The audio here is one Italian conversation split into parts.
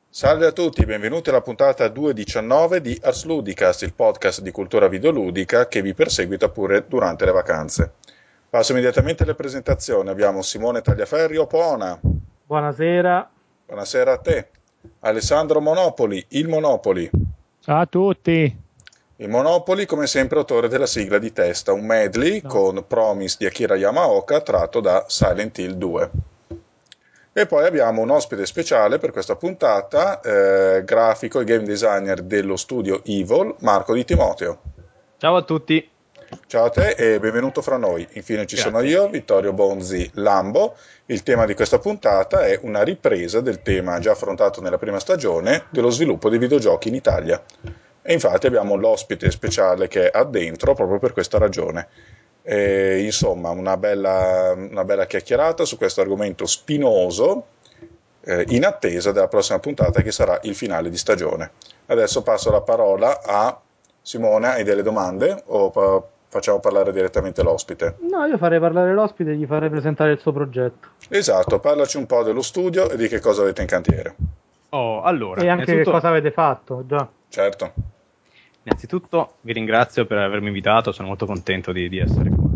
Salve a tutti, benvenuti alla puntata 219 di Ars Ludicast, il podcast di cultura videoludica che vi perseguita pure durante le vacanze. Passo immediatamente alle presentazioni. Abbiamo Simone Tagliaferri Opona. Buonasera. Buonasera a te. Alessandro Monopoli, il Monopoli. Ciao a tutti. Il Monopoli, come sempre, autore della sigla di testa, un medley No. con Promise di Akira Yamaoka tratto da Silent Hill 2. E poi abbiamo un ospite speciale per questa puntata, grafico e game designer dello studio Evil, Marco Di Timoteo. Ciao a tutti. Ciao a te e benvenuto fra noi. Infine ci sono Grazie. io, Vittorio Bonzi Lambo. Il tema di questa puntata è una ripresa del tema già affrontato nella prima stagione dello sviluppo dei videogiochi in Italia. E infatti abbiamo l'ospite speciale che è addentro proprio per questa ragione. Insomma, una bella chiacchierata su questo argomento spinoso, in attesa della prossima puntata che sarà il finale di stagione. Adesso passo la parola a Simone. Hai delle domande o facciamo parlare direttamente l'ospite? No, io farei parlare l'ospite e gli farei presentare il suo progetto. Esatto, parlaci un po' dello studio e di che cosa avete in cantiere. Allora, E anche che cosa avete fatto, già. Certo. innanzitutto vi ringrazio per avermi invitato, sono molto contento di essere qua.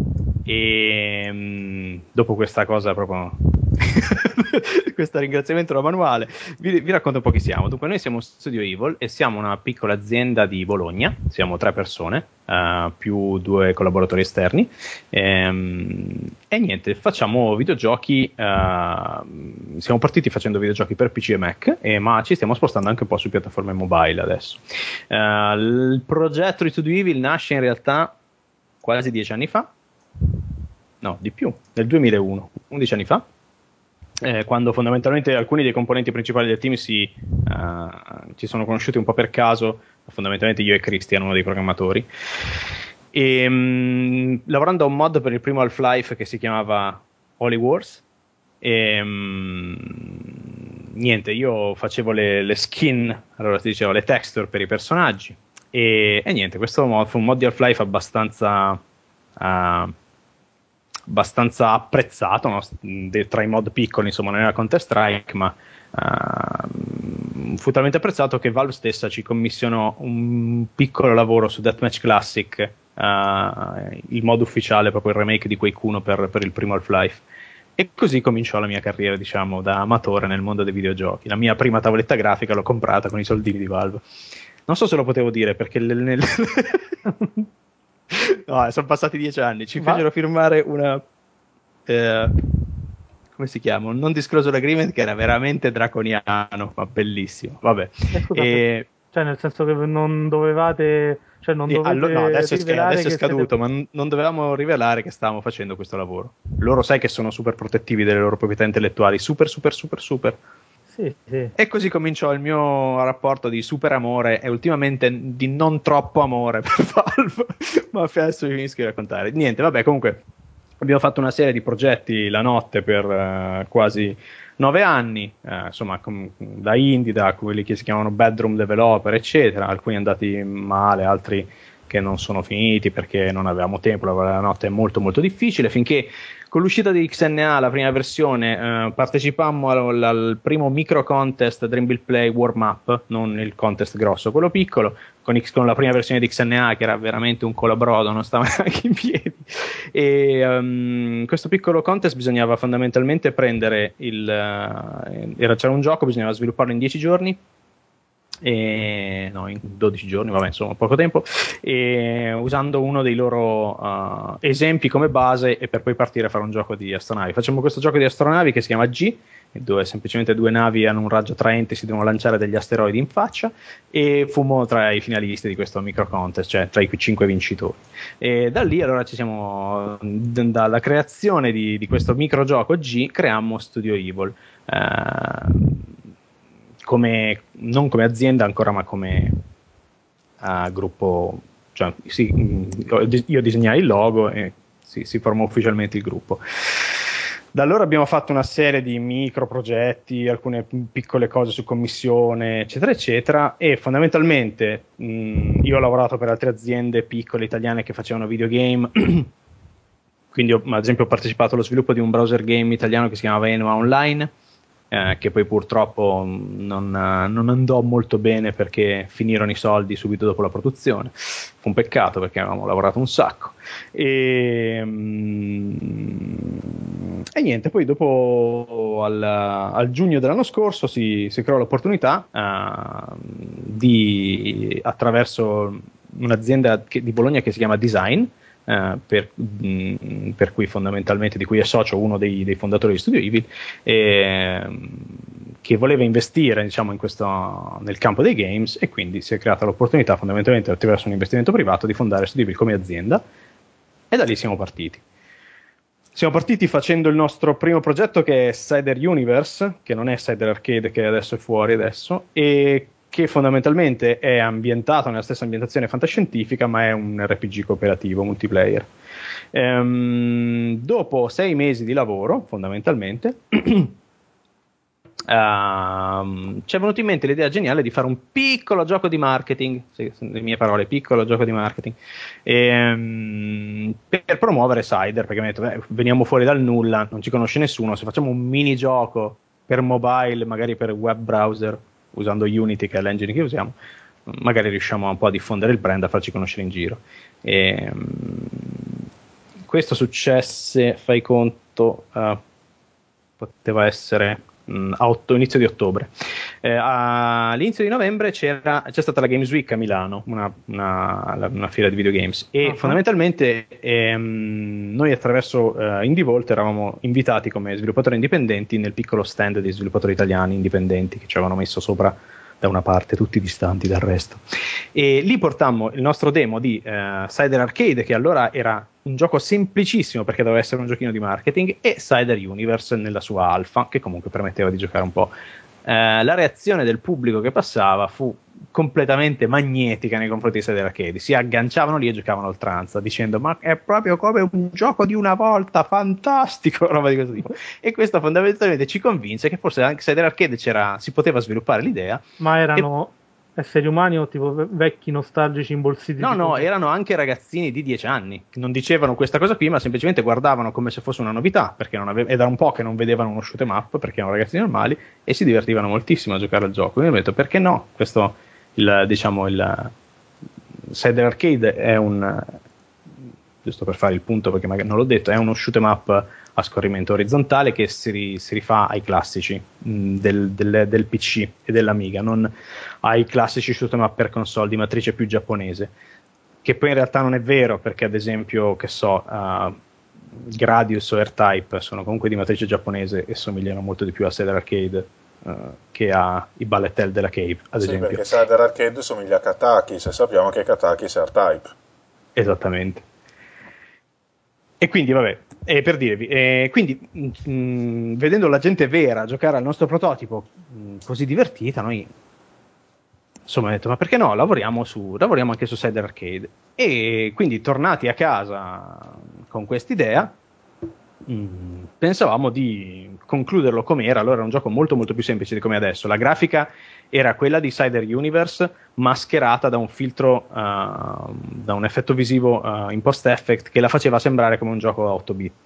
E dopo questa cosa proprio questo ringraziamento da manuale, vi racconto un po' chi siamo. Dunque, noi siamo Studio Evil e siamo una piccola azienda di Bologna, siamo 3 persone, più 2 collaboratori esterni, e niente, facciamo videogiochi, siamo partiti facendo videogiochi per PC e Mac, ma ci stiamo spostando anche un po' su piattaforme mobile adesso. Il progetto di Studio Evil nasce in realtà quasi 10 anni fa, no, di più, nel 2001, 11 anni fa, quando fondamentalmente alcuni dei componenti principali del team ci sono conosciuti un po' per caso, fondamentalmente io e Christian, uno dei programmatori, e lavorando a un mod per il primo Half-Life che si chiamava Holy Wars, e niente, io facevo le skin, allora si diceva le texture per i personaggi, e niente, questo fu un mod di Half-Life abbastanza apprezzato, no? Tra i mod piccoli, insomma, non era Counter Strike, ma fu talmente apprezzato che Valve stessa ci commissionò un piccolo lavoro su Deathmatch Classic, il mod ufficiale, proprio il remake di Quake 1 per il primo Half-Life. E così cominciò la mia carriera, diciamo, da amatore nel mondo dei videogiochi. La mia prima tavoletta grafica l'ho comprata con i soldini di Valve. Non so se lo potevo dire perché no, sono passati 10 anni. Ci fecero firmare una come si chiama? Un non disclosure agreement che era veramente draconiano, ma bellissimo. Vabbè. Scusate, cioè nel senso che non dovevate, cioè non dovete no, adesso rivelare è che scaduto, siete... ma non dovevamo rivelare che stavamo facendo questo lavoro. Loro sai che sono super protettivi delle loro proprietà intellettuali, super. Sì. E così cominciò il mio rapporto di super amore e ultimamente di non troppo amore per Valve. Ma adesso vi finisco di raccontare. Niente, vabbè, comunque abbiamo fatto una serie di progetti la notte per quasi 9 anni, insomma, da indie, da quelli che si chiamano bedroom developer, eccetera. Alcuni andati male, altri che non sono finiti perché non avevamo tempo, lavorare la notte è molto molto difficile, finché con l'uscita di XNA, la prima versione, partecipammo al primo micro contest Dream Build Play Warm Up, non il contest grosso, quello piccolo, con la prima versione di XNA che era veramente un colabrodo, non stava neanche in piedi. E questo piccolo contest bisognava fondamentalmente prendere c'era un gioco, bisognava svilupparlo in 10 giorni, in 12 giorni, vabbè, insomma, poco tempo, e usando uno dei loro esempi come base, e per poi partire a fare un gioco di astronavi. Facciamo questo gioco di astronavi che si chiama G, dove semplicemente 2 navi hanno un raggio traente, si devono lanciare degli asteroidi in faccia, e fummo tra i finalisti di questo micro contest, cioè tra i 5 vincitori. E da lì allora dalla creazione di questo micro gioco G creammo Studio Evil, non come azienda ancora, ma come gruppo. Cioè, sì, io disegnai il logo e si formò ufficialmente il gruppo. Da allora abbiamo fatto una serie di micro progetti, alcune piccole cose su commissione, eccetera, eccetera, e fondamentalmente io ho lavorato per altre aziende piccole italiane che facevano videogame. Quindi ad esempio ho partecipato allo sviluppo di un browser game italiano che si chiamava Enua Online, che poi purtroppo non andò molto bene perché finirono i soldi subito dopo la produzione. Fu un peccato perché avevamo lavorato un sacco. E niente, poi dopo al giugno dell'anno scorso si creò l'opportunità attraverso un'azienda di Bologna che si chiama Design, per cui fondamentalmente di cui è socio uno dei fondatori di Studio Evil, che voleva investire, diciamo, nel campo dei games, e quindi si è creata l'opportunità fondamentalmente attraverso un investimento privato di fondare Studio Evil come azienda, e da lì siamo partiti. Siamo partiti facendo il nostro primo progetto, che è Cider Universe, che non è Cider Arcade, che adesso è fuori adesso, e che fondamentalmente è ambientato nella stessa ambientazione fantascientifica, ma è un RPG cooperativo multiplayer. Dopo 6 mesi di lavoro, fondamentalmente, ci è venuto in mente l'idea geniale di fare un piccolo gioco di marketing, le mie parole, piccolo gioco di marketing, per promuovere Cider, perché mi ha detto, veniamo fuori dal nulla, non ci conosce nessuno, se facciamo un minigioco per mobile, magari per web browser, usando Unity, che è l'engine che usiamo, magari riusciamo un po' a diffondere il brand, a farci conoscere in giro. Questo successe, fai conto, poteva essere inizio di ottobre. All'inizio di novembre c'è stata la Games Week a Milano, una fiera di videogames, e fondamentalmente noi attraverso Indie Vault eravamo invitati come sviluppatori indipendenti nel piccolo stand dei sviluppatori italiani indipendenti che ci avevano messo sopra da una parte, tutti distanti dal resto, e lì portammo il nostro demo di Cider Arcade, che allora era un gioco semplicissimo perché doveva essere un giochino di marketing, e Cider Universe nella sua alfa, che comunque permetteva di giocare un po'. La reazione del pubblico che passava fu completamente magnetica nei confronti di Cider Arcade, si agganciavano lì e giocavano a oltranza dicendo ma è proprio come un gioco di una volta, fantastico, roba di questo tipo. E questo fondamentalmente ci convinse che forse anche Cider Arcade si poteva sviluppare l'idea. Ma erano esseri umani o tipo vecchi nostalgici imbolsiti? No, erano anche ragazzini di 10 anni, che non dicevano questa cosa qui, ma semplicemente guardavano come se fosse una novità, perché ed era un po' che non vedevano uno shoot 'em up, perché erano ragazzini normali, e si divertivano moltissimo a giocare al gioco. Quindi ho detto, perché no? Questo, il Cider Arcade è giusto per fare il punto, perché magari non l'ho detto, è uno shoot 'em up a scorrimento orizzontale che si rifà ai classici del PC e dell'Amiga, non ai classici shoot 'em up per console di matrice più giapponese, che poi in realtà non è vero, perché ad esempio, che so, Gradius o R-Type sono comunque di matrice giapponese e somigliano molto di più a Cider Arcade che a i Bullet Hell della Cave, ad esempio. Perché Cider Arcade somiglia a Katakis, e sappiamo che Katakis è R-Type. Esattamente. E quindi, vabbè, per dirvi, quindi vedendo la gente vera giocare al nostro prototipo così divertita, noi insomma ho detto, ma perché no, lavoriamo anche su Cider Arcade. E quindi, tornati a casa con quest'idea, pensavamo di concluderlo come era. Allora era un gioco molto molto più semplice di come è adesso. La grafica era quella di Cider Universe, mascherata da un filtro, da un effetto visivo in post-effect che la faceva sembrare come un gioco a 8 bit.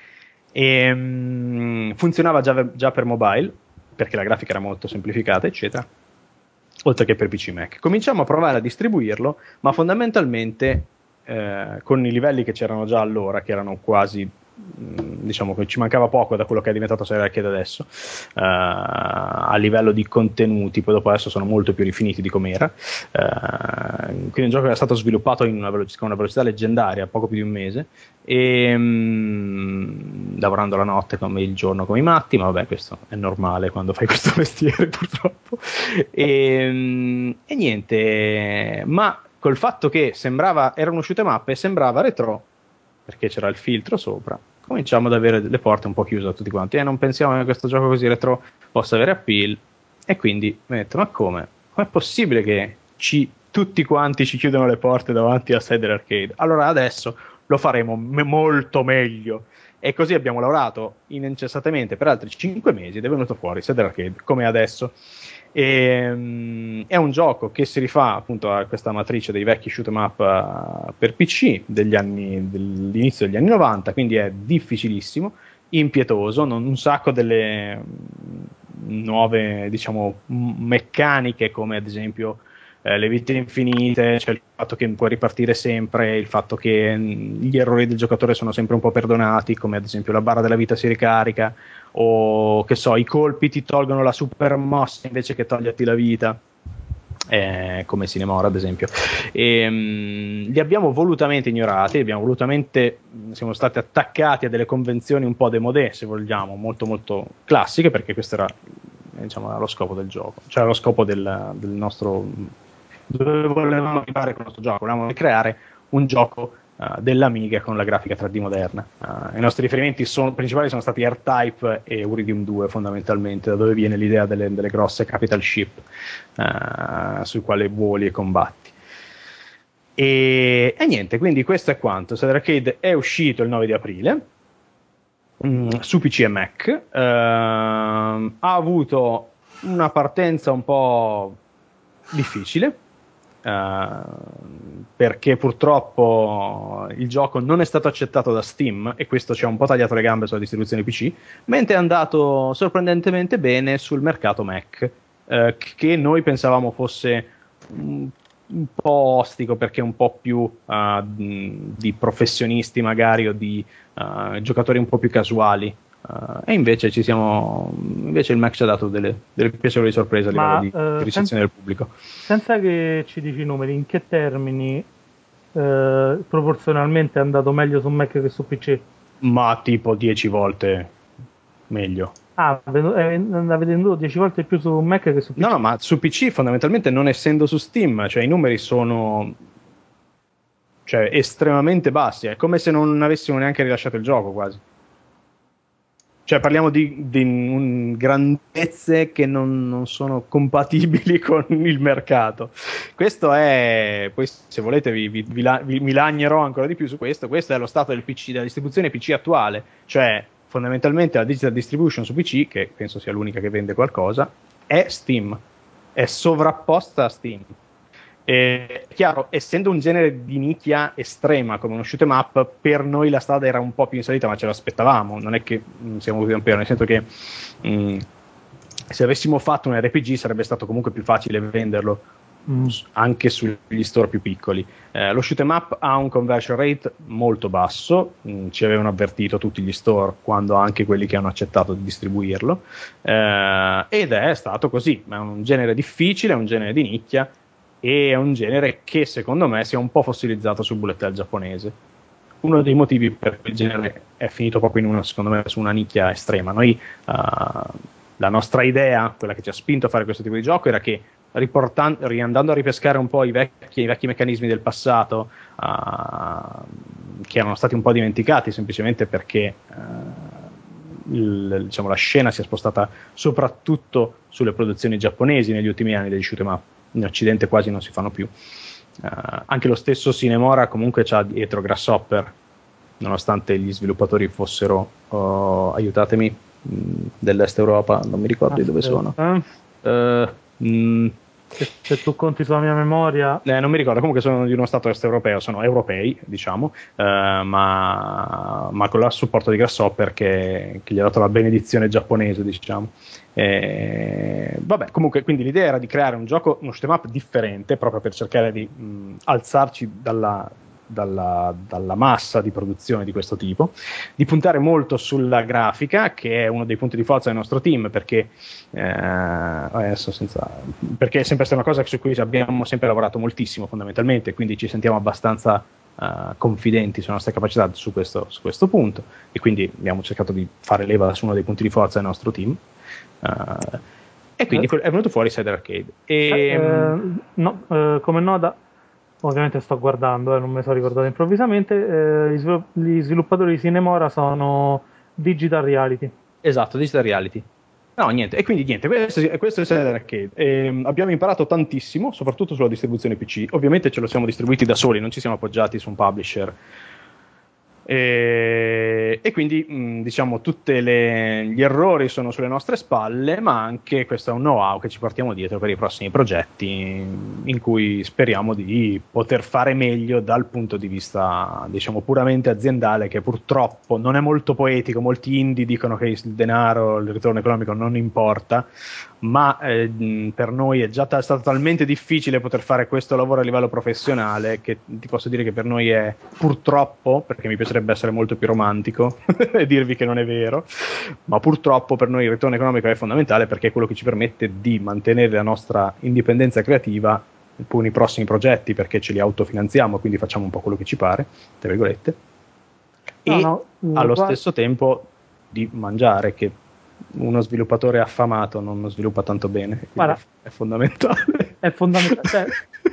E funzionava già per mobile, perché la grafica era molto semplificata, eccetera, oltre che per PC Mac. Cominciamo a provare a distribuirlo, ma fondamentalmente con i livelli che c'erano già allora, che erano quasi, diciamo che ci mancava poco da quello che è diventato Cider Arcade adesso, a livello di contenuti. Poi dopo adesso sono molto più rifiniti di com'era, quindi un gioco che è stato sviluppato con una velocità leggendaria, poco più di un mese, e lavorando la notte come il giorno come i matti, ma vabbè, questo è normale quando fai questo mestiere, purtroppo. E niente, ma col fatto che era uno shoot 'em up e sembrava retro, perché c'era il filtro sopra, cominciamo ad avere le porte un po' chiuse a tutti quanti, e non pensiamo che questo gioco così retro possa avere appeal. E quindi mi ho detto, ma com'è possibile che tutti quanti ci chiudono le porte davanti a Cider Arcade? Allora adesso lo faremo molto meglio. E così abbiamo lavorato incessantemente per altri 5 mesi ed è venuto fuori Cider Arcade come adesso. È un gioco che si rifà appunto a questa matrice dei vecchi shoot 'em up per PC dell'inizio degli anni 90, quindi è difficilissimo, impietoso, un sacco nuove, diciamo, meccaniche, come ad esempio le vite infinite, cioè il fatto che puoi ripartire sempre, il fatto che gli errori del giocatore sono sempre un po' perdonati, come ad esempio la barra della vita si ricarica, o che so, i colpi ti tolgono la super mossa invece che toglierti la vita, come Cinemora ad esempio. Li abbiamo volutamente ignorati, siamo stati attaccati a delle convenzioni un po' démodé, se vogliamo, molto molto classiche, perché questo era, diciamo, lo scopo del gioco, cioè lo scopo del nostro, dove volevamo arrivare con il nostro gioco. Volevamo creare un gioco dell'Amiga con la grafica 3D moderna. I nostri riferimenti principali sono stati R-Type e Uridium 2, fondamentalmente, da dove viene l'idea delle grosse capital ship sui quali voli e combatti. E niente, quindi questo è quanto. Cedar Arcade è uscito il 9 di aprile su PC e Mac. Ha avuto una partenza un po' difficile, perché purtroppo il gioco non è stato accettato da Steam, e questo ci ha un po' tagliato le gambe sulla distribuzione PC, mentre è andato sorprendentemente bene sul mercato Mac, che noi pensavamo fosse un po' ostico, perché è un po' più di professionisti magari, o di giocatori un po' più casuali. E invece invece il Mac ci ha dato delle piacevoli sorprese a livello di ricezione del pubblico. Senza che ci dici i numeri, in che termini proporzionalmente è andato meglio su Mac che su PC? Ma tipo 10 volte meglio. Avete venduto 10 volte più su Mac che su PC? No, ma su PC fondamentalmente, non essendo su Steam, cioè i numeri sono, cioè, estremamente bassi. È come se non avessimo neanche rilasciato il gioco, quasi. Cioè parliamo di grandezze che non sono compatibili con il mercato. Questo è, poi se volete mi lagnerò ancora di più su questo. Questo è lo stato del PC, della distribuzione PC attuale, cioè fondamentalmente la digital distribution su PC, che penso sia l'unica che vende qualcosa, è Steam, è sovrapposta a Steam. Chiaro, essendo un genere di nicchia estrema come uno shoot 'em up, per noi la strada era un po' più in salita, ma ce l'aspettavamo. Non è che siamo voluti campioni, nel senso che se avessimo fatto un RPG sarebbe stato comunque più facile venderlo anche sugli store più piccoli. Lo shoot 'em up ha un conversion rate molto basso, ci avevano avvertito tutti gli store, quando anche quelli che hanno accettato di distribuirlo, ed è stato così. È un genere difficile, è un genere di nicchia, e è un genere che secondo me si è un po' fossilizzato sul bullet hell giapponese. Uno dei motivi per cui il genere è finito proprio secondo me, su una nicchia estrema. Noi, la nostra idea, quella che ci ha spinto a fare questo tipo di gioco, era che riandando a ripescare un po' i vecchi meccanismi del passato, che erano stati un po' dimenticati semplicemente perché diciamo, la scena si è spostata soprattutto sulle produzioni giapponesi negli ultimi anni degli shoot 'em up. In Occidente quasi non si fanno più. Anche lo stesso Cinemora comunque c'ha dietro Grasshopper, nonostante gli sviluppatori fossero, aiutatemi, dell'est Europa, non mi ricordo di dove sono. Se tu conti sulla mia memoria, non mi ricordo, comunque sono di uno stato est europeo, sono europei, diciamo, ma con il supporto di Grasshopper che gli ha dato la benedizione giapponese, diciamo. Vabbè, comunque, quindi l'idea era di creare un gioco, uno shoot 'em up differente, proprio per cercare di alzarci dalla massa di produzione di questo tipo, di puntare molto sulla grafica, che è uno dei punti di forza del nostro team, perché perché è sempre stata una cosa su cui abbiamo sempre lavorato moltissimo, fondamentalmente, quindi ci sentiamo abbastanza confidenti sulle nostre capacità su questo punto, e quindi abbiamo cercato di fare leva su uno dei punti di forza del nostro team, e quindi è venuto fuori Cedar Arcade. come nota, ovviamente sto guardando, non me ne sono ricordato improvvisamente, gli sviluppatori di Cinemora sono Digital Reality. Esatto, Digital Reality. No, niente, e quindi niente, questo è Cedar Arcade. Abbiamo imparato tantissimo, soprattutto sulla distribuzione PC. Ovviamente ce lo siamo distribuiti da soli, non ci siamo appoggiati su un publisher E quindi diciamo tutti gli errori sono sulle nostre spalle, ma anche questo è un know-how che ci portiamo dietro per i prossimi progetti in cui speriamo di poter fare meglio dal punto di vista diciamo puramente aziendale, che purtroppo non è molto poetico. Molti indie dicono che il denaro, il ritorno economico non importa, ma per noi è già stato talmente difficile poter fare questo lavoro a livello professionale che ti posso dire che per noi è, purtroppo, perché mi piacerebbe essere molto più romantico e dirvi che non è vero, ma purtroppo per noi il ritorno economico è fondamentale, perché è quello che ci permette di mantenere la nostra indipendenza creativa con i prossimi progetti, perché ce li autofinanziamo, quindi facciamo un po' quello che ci pare, tra virgolette, allo stesso tempo di mangiare, che uno sviluppatore affamato non sviluppa tanto bene, guarda, è fondamentale. È fondamentale.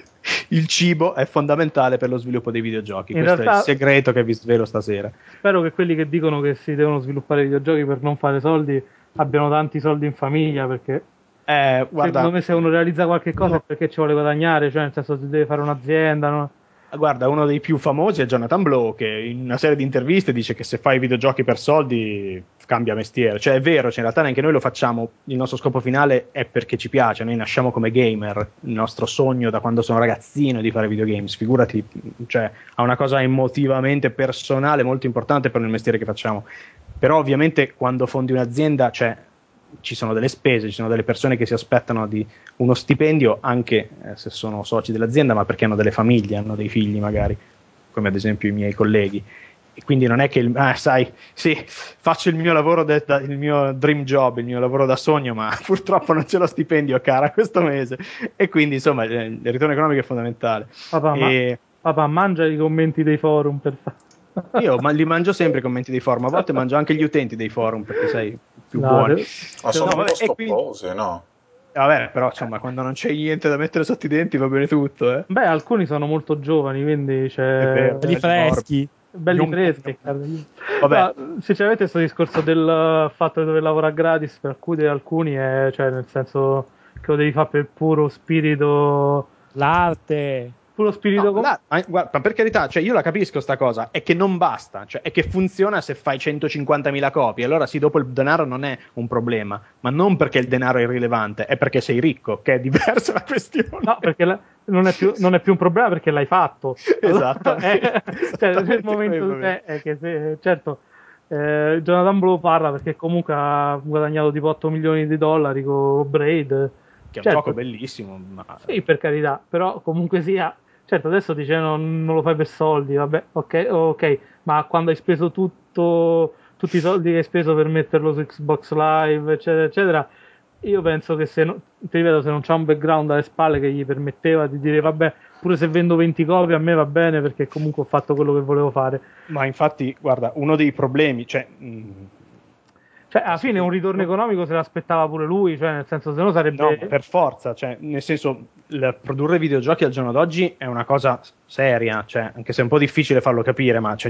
Il cibo è fondamentale per lo sviluppo dei videogiochi. In Questo realtà, è il segreto che vi svelo stasera. Spero che quelli che dicono che si devono sviluppare videogiochi per non fare soldi abbiano tanti soldi in famiglia, perché Guarda, secondo me se uno realizza qualche cosa è perché ci vuole guadagnare, cioè nel senso si deve fare un'azienda, no? Guarda, uno dei più famosi è Jonathan Blow, che in una serie di interviste dice che se fai videogiochi per soldi cambia mestiere. Cioè è vero, cioè in realtà neanche noi lo facciamo, il nostro scopo finale è perché ci piace, noi nasciamo come gamer, il nostro sogno da quando sono ragazzino è di fare videogames, figurati, cioè ha una cosa emotivamente personale molto importante per il mestiere che facciamo. Però ovviamente quando fondi un'azienda, cioè ci sono delle spese, ci sono delle persone che si aspettano di uno stipendio anche se sono soci dell'azienda, ma perché hanno delle famiglie, hanno dei figli magari, come ad esempio i miei colleghi. E quindi non è che sai, sì, faccio il mio lavoro, il mio dream job, il mio lavoro da sogno, ma purtroppo non c'è lo stipendio, cara, questo mese. E quindi insomma il ritorno economico è fondamentale. Papà, mangia i commenti dei forum per fare. Io li mangio sempre i commenti dei forum, a volte mangio anche gli utenti dei forum, perché sei più buoni. Ma sono un po' stoppose, no? Vabbè, però insomma, quando non c'è niente da mettere sotto i denti va bene tutto, eh. Beh, alcuni sono molto giovani, quindi c'è... belli freschi. Belli freschi. Vabbè. No, sinceramente questo discorso del fatto di dover lavorare gratis per alcuni è, cioè, nel senso che lo devi fare per puro spirito... L'arte. Puro spirito... Ma per carità, cioè io la capisco sta cosa, è che non basta, cioè è che funziona se fai 150.000 copie, allora sì, dopo il denaro non è un problema, ma non perché il denaro è irrilevante, è perché sei ricco, che è diversa la questione. No, perché non è più un problema perché l'hai fatto. Esatto. Cioè, nel momento è che se, certo, Jonathan Blow parla perché comunque ha guadagnato tipo 8 milioni di dollari con Braid. Che è un gioco bellissimo. Ma... Sì, per carità, però comunque sia... Certo, adesso dice non lo fai per soldi, vabbè, ok, ma quando hai speso tutti i soldi che hai speso per metterlo su Xbox Live, eccetera, eccetera, io penso che ti ripeto, se non c'ha un background alle spalle che gli permetteva di dire vabbè, pure se vendo 20 copie a me va bene perché comunque ho fatto quello che volevo fare. Ma infatti, guarda, uno dei problemi, cioè alla fine un ritorno economico se l'aspettava pure lui, cioè nel senso se no sarebbe... No, per forza, cioè nel senso produrre videogiochi al giorno d'oggi è una cosa seria, cioè anche se è un po' difficile farlo capire, ma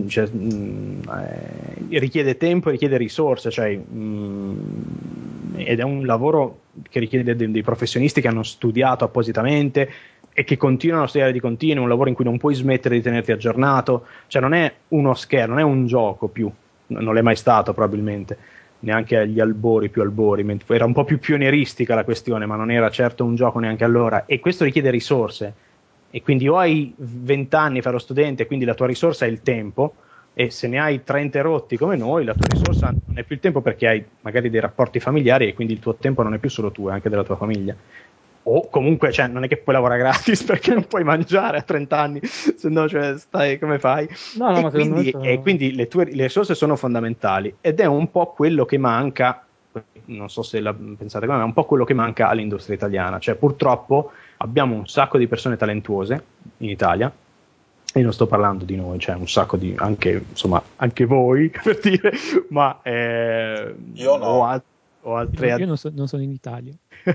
richiede tempo e richiede risorse, cioè, ed è un lavoro che richiede dei professionisti che hanno studiato appositamente e che continuano a studiare di continuo, un lavoro in cui non puoi smettere di tenerti aggiornato, cioè non è uno schermo, non è un gioco più, non l'è mai stato probabilmente, neanche agli più albori, era un po' più pionieristica la questione, ma non era certo un gioco neanche allora, e questo richiede risorse, e quindi o hai 20 anni a fare lo studente e quindi la tua risorsa è il tempo, e se ne hai 30 rotti come noi la tua risorsa non è più il tempo perché hai magari dei rapporti familiari e quindi il tuo tempo non è più solo tuo, è anche della tua famiglia. O comunque, cioè, non è che puoi lavorare gratis perché non puoi mangiare a 30 anni, se no, cioè, stai come fai? No, ma quindi le risorse sono fondamentali ed è un po' quello che manca, non so se pensate come me, è un po' quello che manca all'industria italiana. Cioè, purtroppo abbiamo un sacco di persone talentuose in Italia, e non sto parlando di noi, cioè un sacco di, anche voi, per dire, ma io no. o altre io non sono in Italia.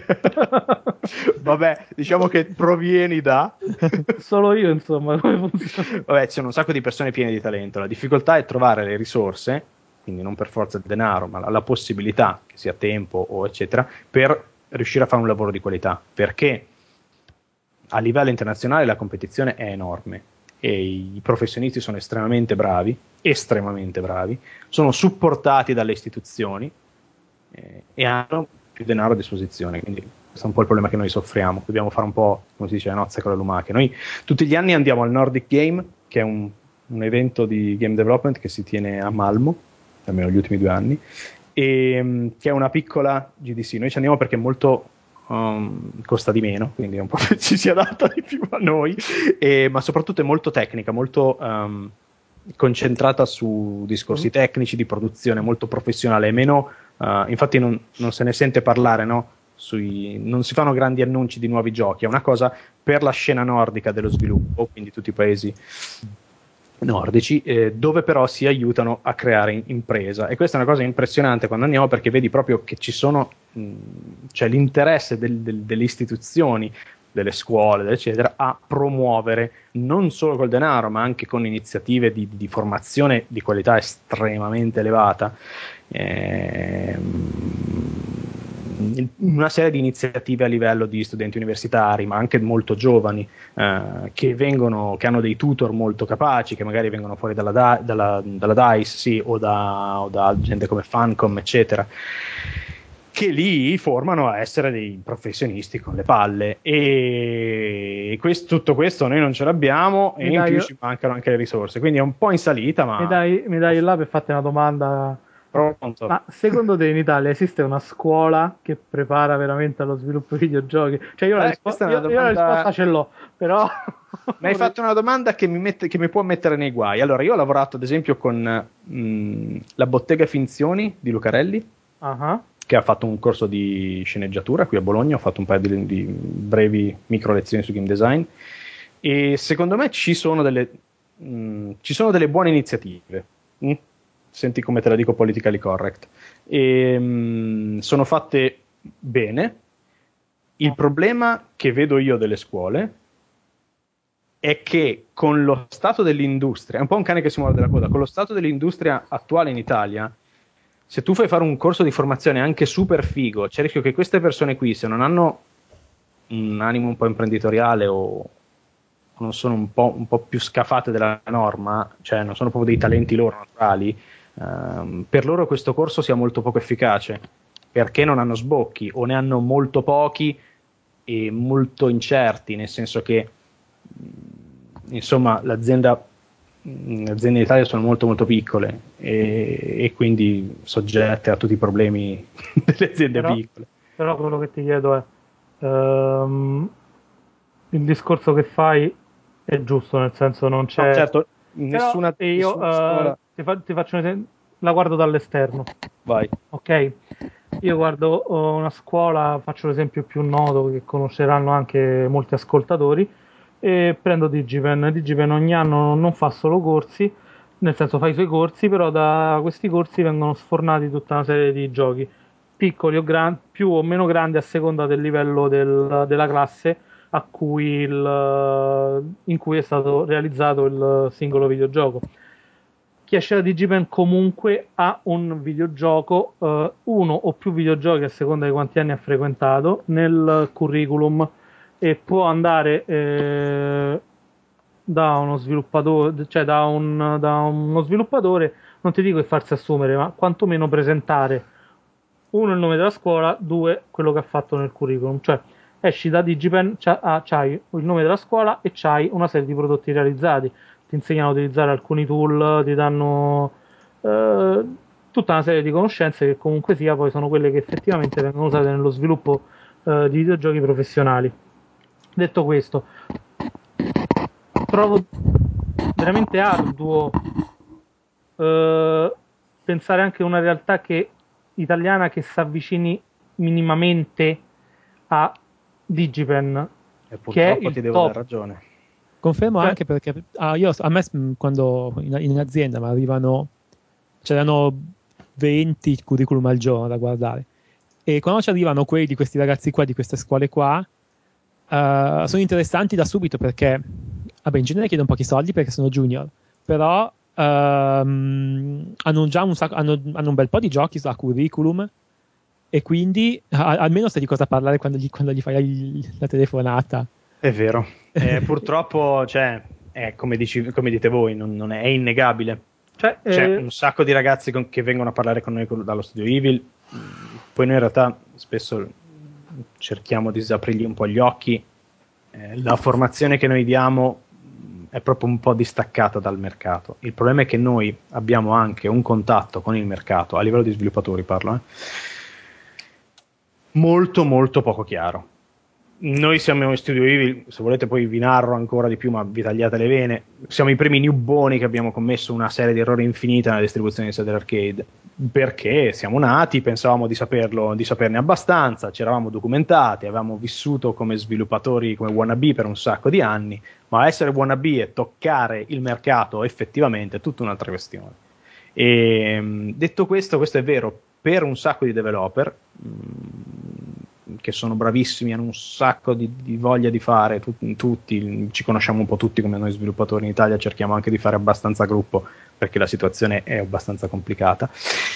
Vabbè, diciamo che provieni da solo io, insomma, come funziona? Vabbè, ci sono un sacco di persone piene di talento, la difficoltà è trovare le risorse, quindi non per forza il denaro, ma la possibilità, che sia tempo o eccetera, per riuscire a fare un lavoro di qualità, perché a livello internazionale la competizione è enorme e i professionisti sono estremamente bravi, sono supportati dalle istituzioni e hanno più denaro a disposizione, quindi questo è un po' il problema che noi soffriamo. Dobbiamo fare un po', come si dice, la nozze con le lumache. Noi tutti gli anni andiamo al Nordic Game, che è un evento di game development che si tiene a Malmo, almeno gli ultimi 2 anni, e che è una piccola GDC. Noi ci andiamo perché è molto costa di meno, quindi è un po' ci si adatta di più a noi, ma soprattutto è molto tecnica, molto concentrata su discorsi tecnici di produzione, molto professionale, meno infatti non se ne sente parlare, no? Non si fanno grandi annunci di nuovi giochi, è una cosa per la scena nordica dello sviluppo, quindi tutti i paesi nordici, dove però si aiutano a creare impresa, e questa è una cosa impressionante quando andiamo, perché vedi proprio che ci sono c'è l'interesse delle istituzioni, delle scuole, eccetera, a promuovere non solo col denaro ma anche con iniziative di formazione di qualità estremamente elevata, una serie di iniziative a livello di studenti universitari, ma anche molto giovani, che hanno dei tutor molto capaci, che magari vengono fuori dalla DICE, sì, o da gente come Funcom, eccetera, che lì formano a essere dei professionisti con le palle, e tutto questo noi non ce l'abbiamo, e in più ci mancano anche le risorse, quindi è un po' in salita, ma... Mi dai là per farti una domanda. Pronto. Ma secondo te in Italia esiste una scuola che prepara veramente allo sviluppo di videogiochi? Cioè io la risposta ce l'ho, però... Mi hai fatto una domanda che mi può mettere nei guai. Allora, io ho lavorato ad esempio con la Bottega Finzioni di Lucarelli, che ha fatto un corso di sceneggiatura qui a Bologna, ho fatto un paio di brevi micro lezioni su game design, e secondo me ci sono delle buone iniziative. Senti come te la dico politically correct, sono fatte bene. Il problema che vedo io delle scuole è che con lo stato dell'industria, è un po' un cane che si muove dalla coda, con lo stato dell'industria attuale in Italia, se tu fai fare un corso di formazione anche super figo, c'è il rischio che queste persone qui, se non hanno un animo un po' imprenditoriale o non sono un po' più scafate della norma, cioè non sono proprio dei talenti loro naturali, per loro questo corso sia molto poco efficace, perché non hanno sbocchi, o ne hanno molto pochi e molto incerti, nel senso che insomma le aziende in Italia sono molto molto piccole, e quindi soggette a tutti i problemi delle aziende piccole. Però quello che ti chiedo è il discorso che fai è giusto, nel senso non c'è... No, certo, nessuna scuola... ti faccio un esempio, la guardo dall'esterno. Vai. Ok? Io guardo una scuola, faccio l'esempio più noto che conosceranno anche molti ascoltatori, e prendo Digipen. Digipen ogni anno non fa solo corsi, nel senso fa i suoi corsi, però da questi corsi vengono sfornati tutta una serie di giochi, piccoli o grandi, più o meno grandi a seconda del livello della classe in cui è stato realizzato il singolo videogioco. Chi esce da Digipen comunque ha un videogioco, uno o più videogiochi a seconda di quanti anni ha frequentato nel curriculum, e può andare da uno sviluppatore, cioè da uno sviluppatore, non ti dico di farsi assumere, ma quantomeno presentare, uno, il nome della scuola, due, quello che ha fatto nel curriculum. Cioè esci da Digipen, c'hai il nome della scuola e c'hai una serie di prodotti realizzati, ti insegnano a utilizzare alcuni tool, ti danno tutta una serie di conoscenze che comunque sia poi sono quelle che effettivamente vengono usate nello sviluppo di videogiochi professionali. Detto questo, trovo veramente arduo pensare anche a una realtà italiana che si avvicini minimamente a Digipen, e purtroppo ti devo top. dare ragione. Confermo, anche perché a me quando in azienda mi arrivano, c'erano 20 curriculum al giorno da guardare, e quando ci arrivano quelli di questi ragazzi qua, di queste scuole qua, sono interessanti da subito, perché in genere chiedono pochi soldi perché sono junior, però hanno già hanno un bel po' di giochi a curriculum, e quindi almeno sai di cosa parlare quando gli fai la telefonata. È vero. Purtroppo, cioè, come dite voi, non è innegabile. Cioè, C'è un sacco di ragazzi che vengono a parlare con noi dallo studio Evil, poi noi in realtà spesso cerchiamo di aprirgli un po' gli occhi. La formazione che noi diamo è proprio un po' distaccata dal mercato. Il problema è che noi abbiamo anche un contatto con il mercato, a livello di sviluppatori parlo, molto molto poco chiaro. Noi siamo in studio Evil, se volete poi vi narro ancora di più, ma vi tagliate le vene. Siamo i primi newboni che abbiamo commesso una serie di errori infinita nella distribuzione di Cedar Arcade, perché siamo nati, pensavamo di saperne abbastanza, ci eravamo documentati, avevamo vissuto come sviluppatori, come wannabe per un sacco di anni, ma essere wannabe e toccare il mercato effettivamente è tutta un'altra questione. E detto questo è vero per un sacco di developer che sono bravissimi, hanno un sacco di voglia di fare, tutti ci conosciamo un po' tutti come noi sviluppatori in Italia, cerchiamo anche di fare abbastanza gruppo perché la situazione è abbastanza complicata,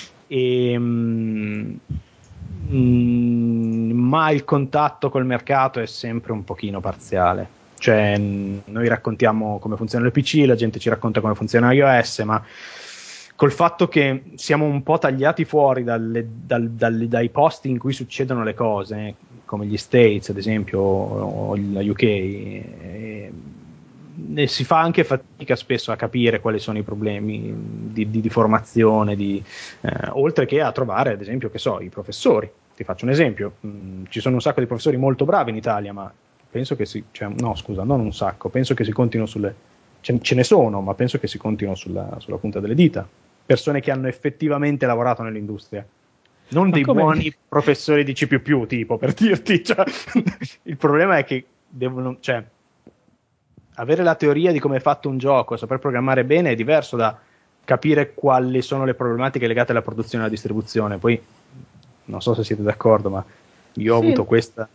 ma il contatto col mercato è sempre un pochino parziale. Cioè, noi raccontiamo come funzionano le PC, la gente ci racconta come funziona iOS, ma col fatto che siamo un po' tagliati fuori dai posti in cui succedono le cose, come gli States ad esempio o la UK, e si fa anche fatica spesso a capire quali sono i problemi di formazione, oltre che a trovare ad esempio, che so, i professori. Ti faccio un esempio, ci sono un sacco di professori molto bravi in Italia, ma penso che non un sacco, penso che si contino ce ne sono, ma penso che si contino sulla punta delle dita. Persone che hanno effettivamente lavorato nell'industria, non dei buoni professori di C++, tipo, per dirti. Cioè, il problema è che devono, cioè, avere la teoria di come è fatto un gioco e saper programmare bene è diverso da capire quali sono le problematiche legate alla produzione e alla distribuzione. Poi, non so se siete d'accordo, ma io ho avuto questa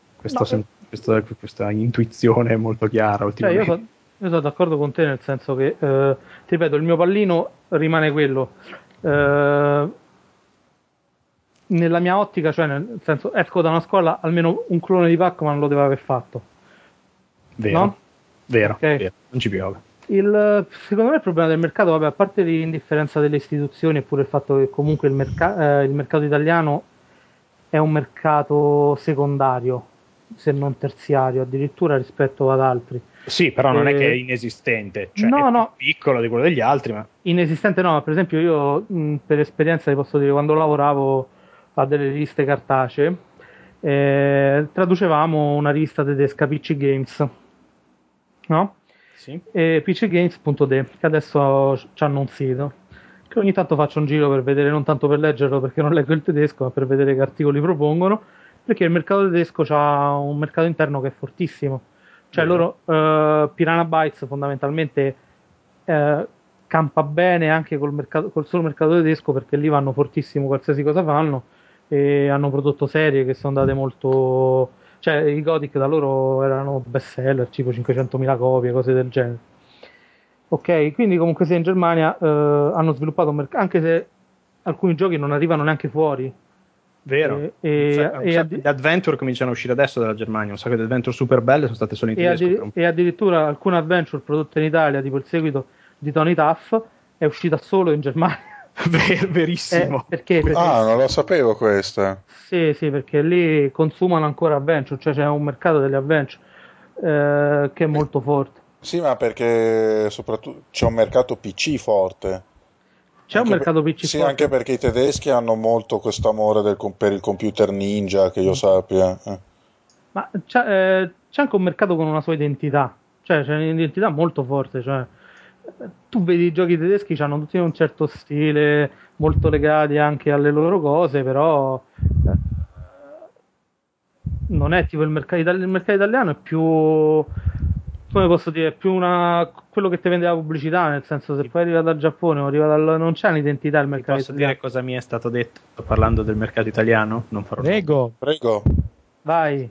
intuizione molto chiara ultimamente. Cioè, io sono d'accordo con te, nel senso che, ti ripeto, il mio pallino rimane quello. Nella mia ottica, cioè nel senso, esco da una scuola, almeno un clone di Pac-Man lo deve aver fatto. Vero, no? Vero, Okay. vero, non ci piove. Secondo me il problema del mercato, vabbè, a parte l'indifferenza delle istituzioni e pure il fatto che comunque il mercato italiano è un mercato secondario, se non terziario, addirittura rispetto ad altri. Sì, però non è che è inesistente, cioè no, è più piccolo di quello degli altri, ma inesistente no, ma per esempio io per esperienza vi posso dire, quando lavoravo a delle riviste cartacee, traducevamo una rivista tedesca, PC Games, no? sì. PCgames.de, che adesso hanno un sito, che ogni tanto faccio un giro per vedere, non tanto per leggerlo perché non leggo il tedesco, ma per vedere che articoli propongono, perché il mercato tedesco ha un mercato interno che è fortissimo. Cioè loro, Piranha Bytes fondamentalmente campa bene anche col solo mercato tedesco, perché lì vanno fortissimo qualsiasi cosa fanno, e hanno prodotto serie che sono andate molto, cioè i Gothic da loro erano best seller, tipo 500.000 copie, cose del genere. Ok, quindi comunque sia in Germania hanno sviluppato un mercato, anche se alcuni giochi non arrivano neanche fuori. Vero. Gli adventure cominciano a uscire adesso dalla Germania, un sacco di adventure super belle sono state solo in tedesco. E addirittura alcune adventure prodotte in Italia, tipo il seguito di Tony Tuff, è uscita solo in Germania. Verissimo. Perché? Non lo sapevo questa. Sì, perché lì consumano ancora adventure, cioè c'è un mercato delle adventure che è molto forte. Sì, ma perché soprattutto c'è un mercato PC forte. C'è un mercato PC sì, forte. anche perché i tedeschi hanno molto questo amore per il computer ninja, che io sappia. Ma c'è anche un mercato con una sua identità, cioè c'è un'identità molto forte, cioè tu vedi i giochi tedeschi, hanno tutti un certo stile, molto legati anche alle loro cose, però non è tipo il mercato italiano, è più, come posso dire, è più quello che ti vende la pubblicità, nel senso, se poi arriva dal Giappone o non c'è un'identità il mercato Posso italiano. dire cosa mi è stato detto parlando del mercato italiano? Non farò Prego. Vai.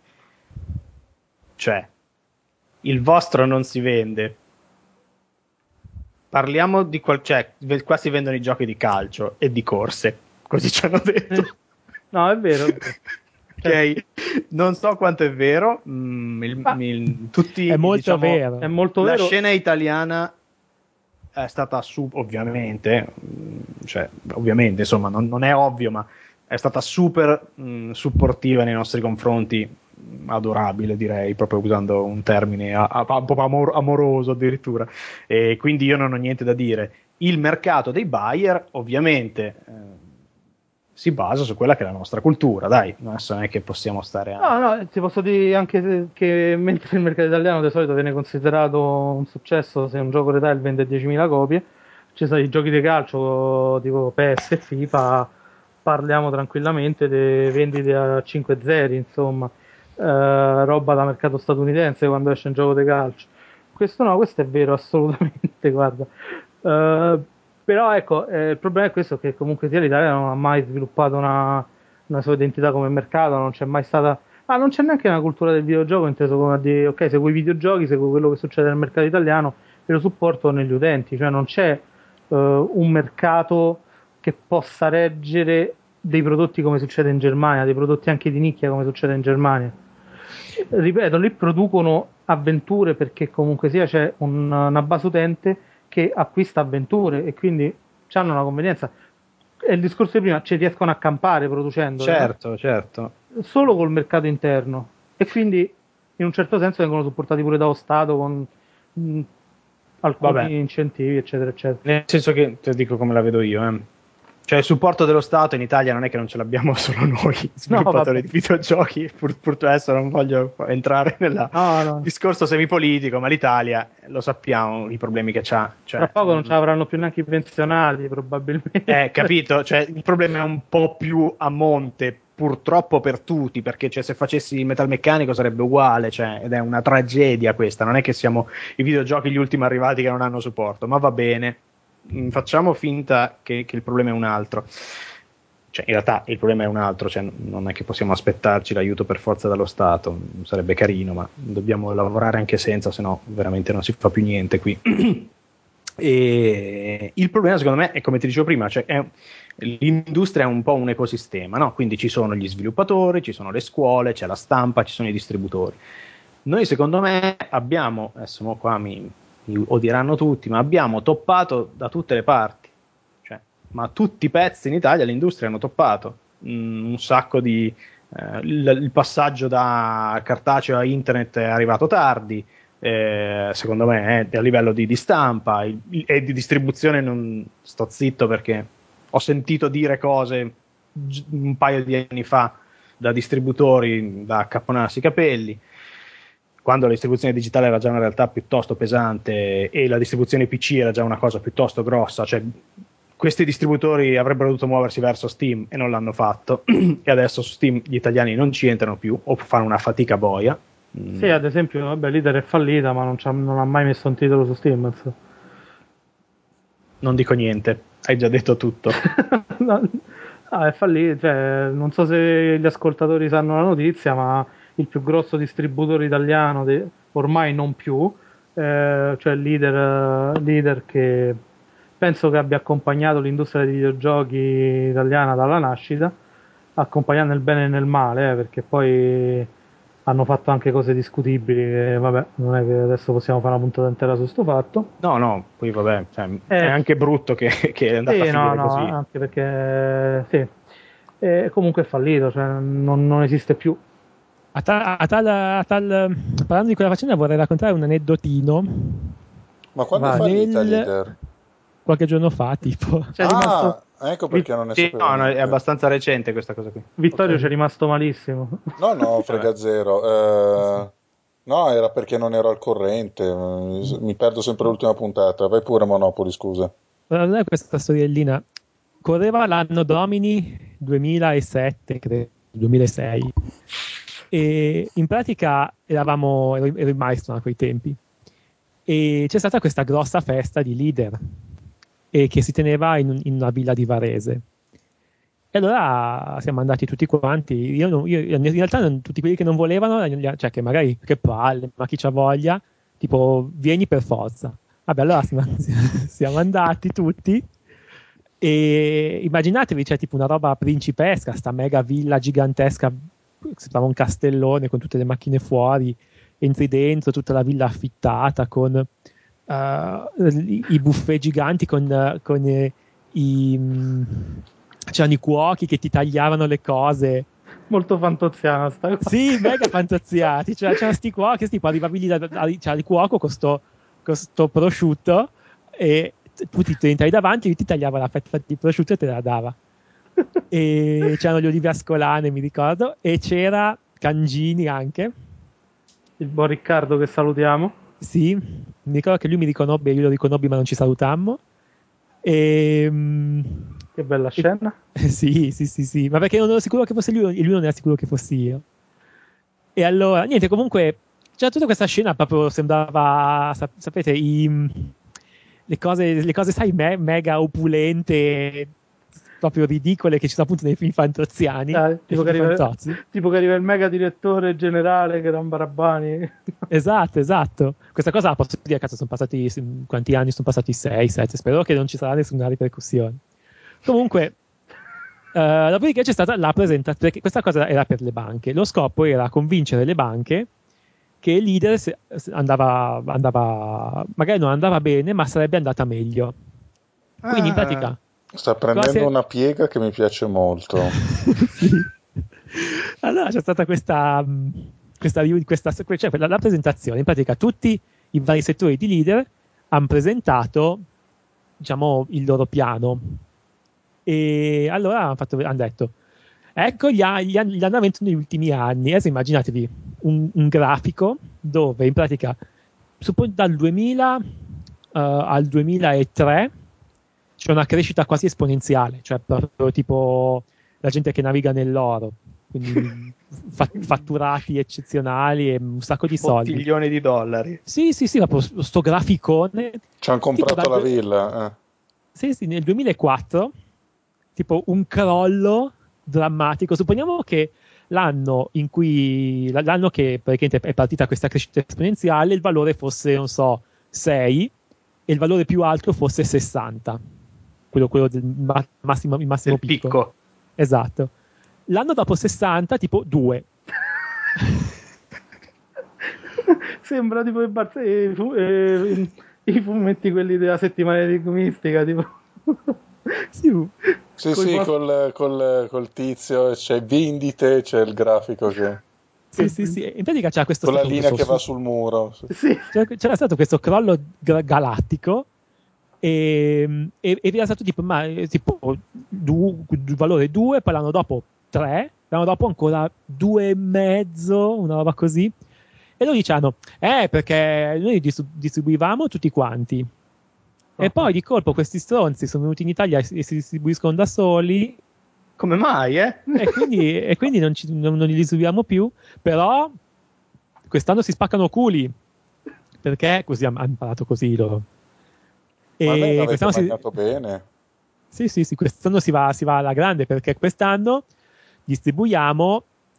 Cioè, il vostro non si vende. Parliamo di qua si vendono i giochi di calcio e di corse, così ci hanno detto. No, è vero. ok? Non so quanto è vero. Tutti, è molto diciamo, vero. È molto la vero. scena italiana è stata ovviamente, ovviamente, insomma, non è ovvio, ma è stata super supportiva nei nostri confronti, adorabile direi, proprio usando un termine un po' amoroso addirittura, e quindi io non ho niente da dire. Il mercato dei buyer ovviamente si basa su quella che è la nostra cultura, dai, adesso non è che possiamo stare a... No, ti posso dire anche che mentre il mercato italiano di solito viene considerato un successo se un gioco retail vende 10.000 copie, ci sono i giochi di calcio tipo PS e FIFA, parliamo tranquillamente di vendite a 5-0, insomma, roba da mercato statunitense quando esce un gioco di calcio. Questo è vero assolutamente, guarda. Però ecco, il problema è questo, che comunque sia l'Italia non ha mai sviluppato una sua identità come mercato, non c'è mai stata... non c'è neanche una cultura del videogioco, inteso come a dire, ok, seguo i videogiochi, seguo quello che succede nel mercato italiano e lo supporto negli utenti, cioè non c'è un mercato che possa reggere dei prodotti come succede in Germania, dei prodotti anche di nicchia come succede in Germania. Ripeto, lì producono avventure perché comunque sia c'è una base utente che acquista avventure e quindi hanno una convenienza. È il discorso di prima, ci riescono a campare producendo, Certo, certo. solo col mercato interno e quindi in un certo senso vengono supportati pure dallo Stato con alcuni incentivi, eccetera, eccetera. Nel senso che, te dico come la vedo io, cioè il supporto dello Stato in Italia non è che non ce l'abbiamo solo noi sviluppatori di videogiochi, purtroppo adesso non voglio entrare nel discorso semipolitico, ma l'Italia lo sappiamo i problemi che c'ha, cioè, tra poco non ce l'avranno più neanche i pensionati probabilmente, capito, cioè il problema è un po' più a monte purtroppo per tutti, perché cioè, se facessi il metalmeccanico sarebbe uguale, cioè, ed è una tragedia questa, non è che siamo i videogiochi gli ultimi arrivati che non hanno supporto, ma va bene, facciamo finta che il problema è un altro, cioè in realtà il problema è un altro, cioè, non è che possiamo aspettarci l'aiuto per forza dallo Stato, sarebbe carino, ma dobbiamo lavorare anche senza, se no veramente non si fa più niente qui. E il problema secondo me è come ti dicevo prima, cioè l'industria è un po' un ecosistema, no? Quindi ci sono gli sviluppatori, ci sono le scuole, c'è la stampa, ci sono i distributori. Noi secondo me abbiamo, adesso qua mi odieranno tutti, ma abbiamo toppato da tutte le parti, cioè, ma tutti i pezzi in Italia l'industria hanno toppato, un sacco di il passaggio da cartaceo a internet è arrivato tardi, secondo me a livello di stampa e di distribuzione non sto zitto perché ho sentito dire cose un paio di anni fa da distributori da accapponarsi i capelli, quando la distribuzione digitale era già una realtà piuttosto pesante e la distribuzione PC era già una cosa piuttosto grossa, cioè questi distributori avrebbero dovuto muoversi verso Steam e non l'hanno fatto e adesso su Steam gli italiani non ci entrano più o fanno una fatica boia. Sì, ad esempio, vabbè, l'Iter è fallita, ma non ha mai messo un titolo su Steam. Non dico niente, hai già detto tutto. È fallita, cioè, non so se gli ascoltatori sanno la notizia, ma il più grosso distributore italiano, ormai non più, cioè Leader che penso che abbia accompagnato l'industria dei videogiochi italiana dalla nascita, accompagnando nel bene e nel male, perché poi hanno fatto anche cose discutibili che, vabbè, non è che adesso possiamo fare una puntata intera su sto fatto. No, poi vabbè, cioè, è anche brutto che è andata a finire così. Anche perché sì, comunque è fallito, cioè non esiste più. Parlando di quella faccenda vorrei raccontare un aneddotino. Ma quando è fallita Leader? Qualche giorno fa, tipo. Ecco perché non ne sapevo. No, è abbastanza recente questa cosa qui. Vittorio c'è rimasto malissimo. No, frega zero. No, era perché non ero al corrente. Mi perdo sempre l'ultima puntata. Vai pure, Monopoli, scusa. Non è questa storiellina. Correva l'anno Domini 2007, credo, 2006. E in pratica ero in Milestone a quei tempi. E c'è stata questa grossa festa di Leader che si teneva in una villa di Varese. E allora siamo andati tutti quanti. Io in realtà tutti quelli che non volevano, cioè che magari che palle, ma chi c'ha voglia, tipo vieni per forza. Vabbè, allora siamo andati tutti e immaginatevi, c'è tipo una roba principesca, sta mega villa gigantesca sembrava un castellone con tutte le macchine fuori, entri dentro, tutta la villa affittata con i buffet giganti con c'erano i cuochi che ti tagliavano le cose. Molto fantoziana sta cosa. Sì, mega fantaziati. C'erano sti cuochi, tipo arrivavi lì, c'era il cuoco con sto prosciutto e tu ti entrai davanti e lui ti tagliava la fetta di prosciutto e te la dava. E c'erano gli olive ascolane, mi ricordo, e c'era Cangini anche. Il buon Riccardo che salutiamo. Sì, mi ricordo che lui mi riconobbe, io lo riconobbi ma non ci salutammo. Che bella scena. Sì, ma perché non ero sicuro che fosse lui e lui non era sicuro che fossi io. E allora, niente, comunque c'era tutta questa scena, proprio sembrava, sapete, le cose sai, mega opulente, proprio ridicole che ci sono appunto nei film fantoziani. Tipo che arriva il mega direttore generale che era un Barabbani. Esatto. Questa cosa la posso dire, cazzo, sono passati, quanti anni sono passati? 6, 7, spero che non ci sarà nessuna ripercussione. Comunque, dopodiché c'è stata la presentazione, perché questa cosa era per le banche. Lo scopo era convincere le banche che il leader andava, magari non andava bene, ma sarebbe andata meglio. Quindi in pratica sta prendendo una piega che mi piace molto. Sì. Allora c'è stata questa cioè, la presentazione. In pratica tutti i vari settori di leader hanno presentato, diciamo, il loro piano. E allora hanno detto, ecco gli andamenti negli ultimi anni. Adesso immaginatevi un grafico dove in pratica dal 2000 al 2003 c'è una crescita quasi esponenziale, cioè proprio tipo la gente che naviga nell'oro, quindi fatturati eccezionali e un sacco di soldi. Bottiglioni di dollari. Sì, proprio sto graficone. Ci hanno comprato la villa. Sì, nel 2004, tipo un crollo drammatico. Supponiamo che l'anno che praticamente è partita questa crescita esponenziale, il valore fosse, non so, 6 e il valore più alto fosse 60. Quello del massimo, il massimo del picco. Esatto. L'anno dopo 60, tipo 2. Sembra tipo i fumetti quelli della settimana enigmistica, tipo. Sì, col tizio, c'è vendite, c'è il grafico che... Sì. In pratica c'era questo... Con la linea che va sul muro. Sì. C'era stato questo crollo galattico e era stato tipo valore 2, poi l'anno dopo 3, l'anno dopo ancora 2,5, una roba così. E loro dicevano, perché noi distribuivamo tutti quanti. E poi di colpo questi stronzi sono venuti in Italia e si distribuiscono da soli. Come mai, E quindi non li distribuiamo più, però quest'anno si spaccano culi, perché così hanno imparato così loro. Ma E lei quest'anno mangiato bene. Sì, quest'anno si va alla grande, perché quest'anno distribuiamo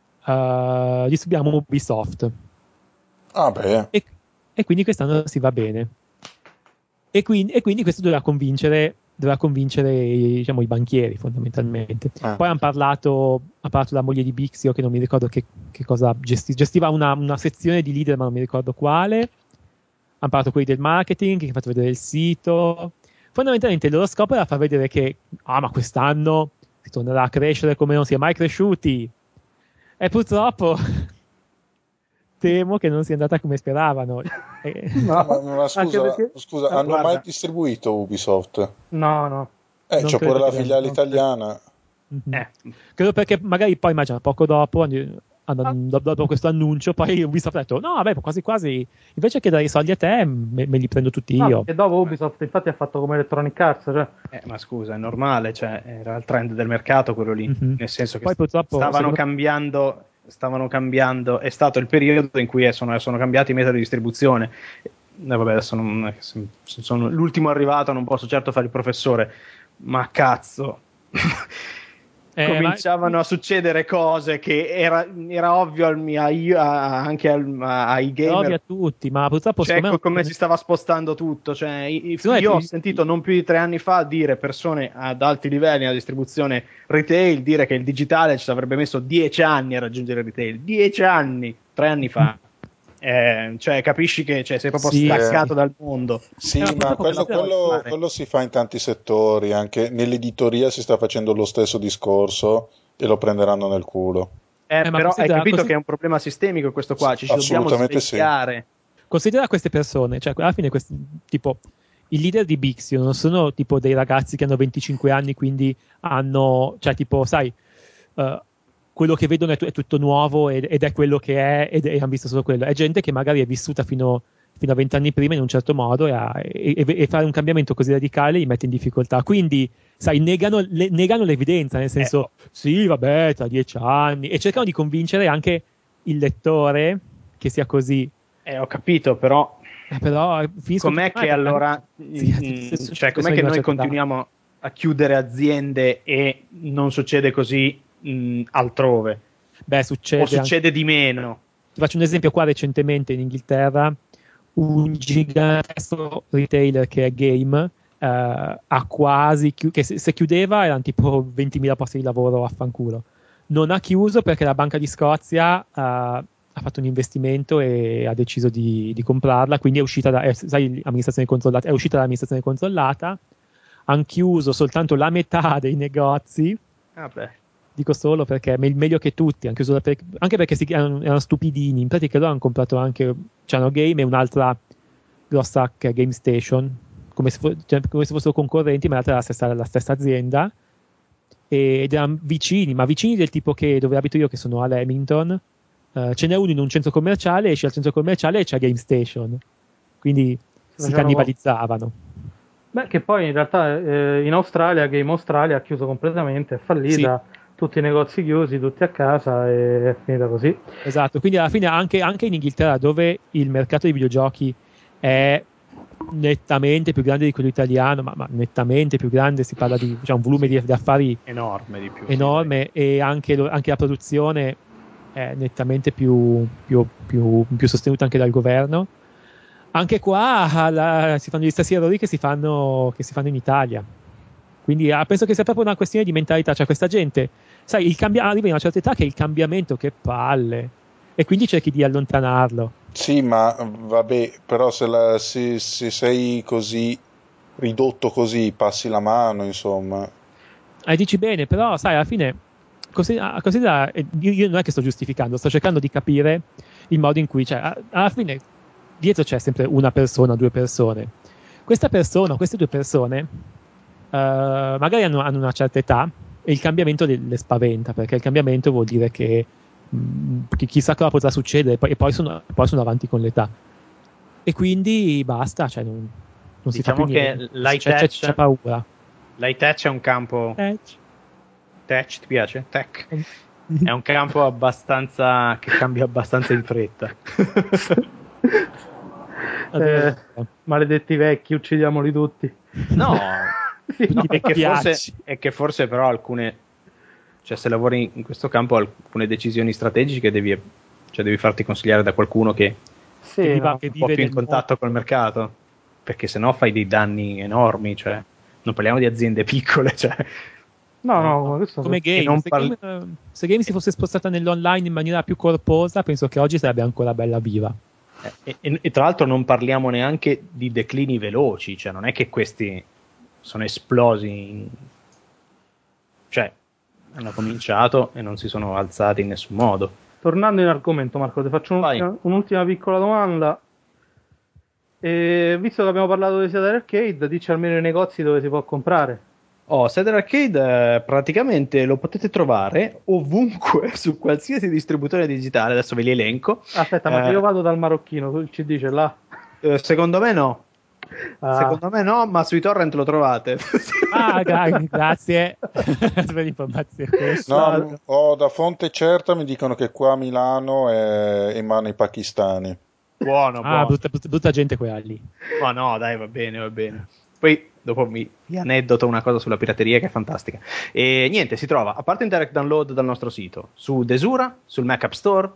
Ubisoft. Ah beh. E quindi quest'anno si va bene. E quindi questo doveva convincere diciamo, i banchieri fondamentalmente. Poi hanno parlato la moglie di Bixio, che non mi ricordo che cosa gestiva una sezione di leader, ma non mi ricordo quale. Hanno parlato quelli del marketing, che hanno fatto vedere il sito. Fondamentalmente il loro scopo era far vedere che ma quest'anno si tornerà a crescere come non si è mai cresciuti. E purtroppo temo che non sia andata come speravano. Ma scusa, hanno mai distribuito Ubisoft? No. C'è pure la filiale italiana. Mm-hmm. Credo perché magari poi immagino poco dopo questo annuncio poi Ubisoft ha detto no vabbè quasi invece che dare i soldi a te me li prendo tutti io. E dopo Ubisoft infatti ha fatto come Electronic Arts, cioè. Ma scusa, è normale, cioè era il trend del mercato quello lì, nel senso che poi purtroppo stavano cambiando, è stato il periodo in cui sono cambiati i metodi di distribuzione. Vabbè, adesso sono l'ultimo arrivato, non posso certo fare il professore, ma cazzo. cominciavano a succedere cose che era ovvio anche ai gamer, ovvio a tutti, ma purtroppo cioè, come si stava spostando tutto, cioè, io ho sentito non più di 3 anni fa dire persone ad alti livelli nella distribuzione retail dire che il digitale ci avrebbe messo 10 anni a raggiungere il retail. 10 anni, 3 anni fa. Cioè, capisci che sei proprio staccato dal mondo. Sì, ma quello si fa in tanti settori, anche nell'editoria si sta facendo lo stesso discorso e lo prenderanno nel culo. Però hai capito che è un problema sistemico questo qua, ci dobbiamo svegliare. Sì. Considera queste persone, cioè alla fine tipo i leader di Bixio non sono tipo dei ragazzi che hanno 25 anni, quindi hanno, cioè tipo, sai, quello che vedono è tutto nuovo ed è quello che è ed hanno visto solo quello. È gente che magari è vissuta fino a 20 anni prima in un certo modo e fare un cambiamento così radicale li mette in difficoltà. Quindi, sai, negano l'evidenza, nel senso, sì, vabbè, tra 10 anni, e cercano di convincere anche il lettore che sia così. Ho capito, però com'è che allora cioè com'è che noi continuiamo a chiudere aziende e non succede così altrove? Beh, succede di meno. Ti faccio un esempio: qua recentemente in Inghilterra un gigantesco retailer che è Game ha quasi che se chiudeva erano tipo 20.000 posti di lavoro a fanculo. Non ha chiuso perché la Banca di Scozia ha fatto un investimento e ha deciso di comprarla, quindi è uscita l'amministrazione controllata, hanno chiuso soltanto la metà dei negozi. Dico solo perché è meglio che tutti, anche perché erano stupidini. In pratica loro hanno comprato anche Channel Game e un'altra grossa che è Game Station, come se fossero concorrenti, ma in realtà è la stessa azienda, ed erano vicini del tipo che dove abito io, che sono a Leamington. Ce n'è uno in un centro commerciale, esci al centro commerciale e c'è Game Station, quindi si cannibalizzavano. Beh, che poi in realtà in Australia Game Australia ha chiuso completamente, è fallita, tutti i negozi chiusi, tutti a casa, e è finita così. Esatto, quindi alla fine anche in Inghilterra, dove il mercato dei videogiochi è nettamente più grande di quello italiano, ma nettamente più grande, si parla di un volume di affari enorme, e anche la produzione è nettamente più sostenuta anche dal governo. Anche qua si fanno gli stessi errori che si fanno in Italia. Quindi penso che sia proprio una questione di mentalità, cioè questa gente, sai, arriva in una certa età che il cambiamento, che palle, e quindi cerchi di allontanarlo. Sì, ma vabbè, però se sei così ridotto così, passi la mano, insomma. Dici bene, però sai, alla fine considera, io non è che sto giustificando, sto cercando di capire il modo in cui, cioè, alla fine dietro c'è sempre una persona, 2 persone. Queste 2 persone magari hanno una certa età e il cambiamento le spaventa, perché il cambiamento vuol dire che chissà cosa potrà succedere, e poi sono avanti con l'età, e quindi basta, cioè non si fa più niente. C'è paura. L'high-tech è un campo tech, ti piace? Tech è un campo abbastanza che cambia abbastanza in fretta. Maledetti vecchi, uccidiamoli tutti. No, è che forse però alcune, cioè se lavori in questo campo, alcune decisioni strategiche devi farti consigliare da qualcuno che vive un po' più in contatto col mercato, perché sennò fai dei danni enormi, cioè non parliamo di aziende piccole, cioè come Game. Se Game si fosse spostata nell'online in maniera più corposa, penso che oggi sarebbe ancora bella viva. E tra l'altro non parliamo neanche di declini veloci, cioè non è che questi sono esplosi, cioè hanno cominciato e non si sono alzati in nessun modo. Tornando in argomento, Marco, ti faccio un'ultima piccola domanda. Visto che abbiamo parlato di Cedar Arcade, dici almeno i negozi dove si può comprare. Cedar Arcade praticamente lo potete trovare ovunque, su qualsiasi distributore digitale. Adesso ve li elenco. Aspetta, ma se io vado dal marocchino, il CD ce l'ha? Secondo me no. Secondo me no, ma sui torrent lo trovate. Grazie per l'informazione. Da fonte certa mi dicono che qua a Milano è in mano ai pakistani. Buono. Brutta gente quella lì. Ma no, dai, va bene. Poi dopo vi aneddoto una cosa sulla pirateria che è fantastica. E niente, si trova, a parte in direct download dal nostro sito, su Desura, sul Mac App Store,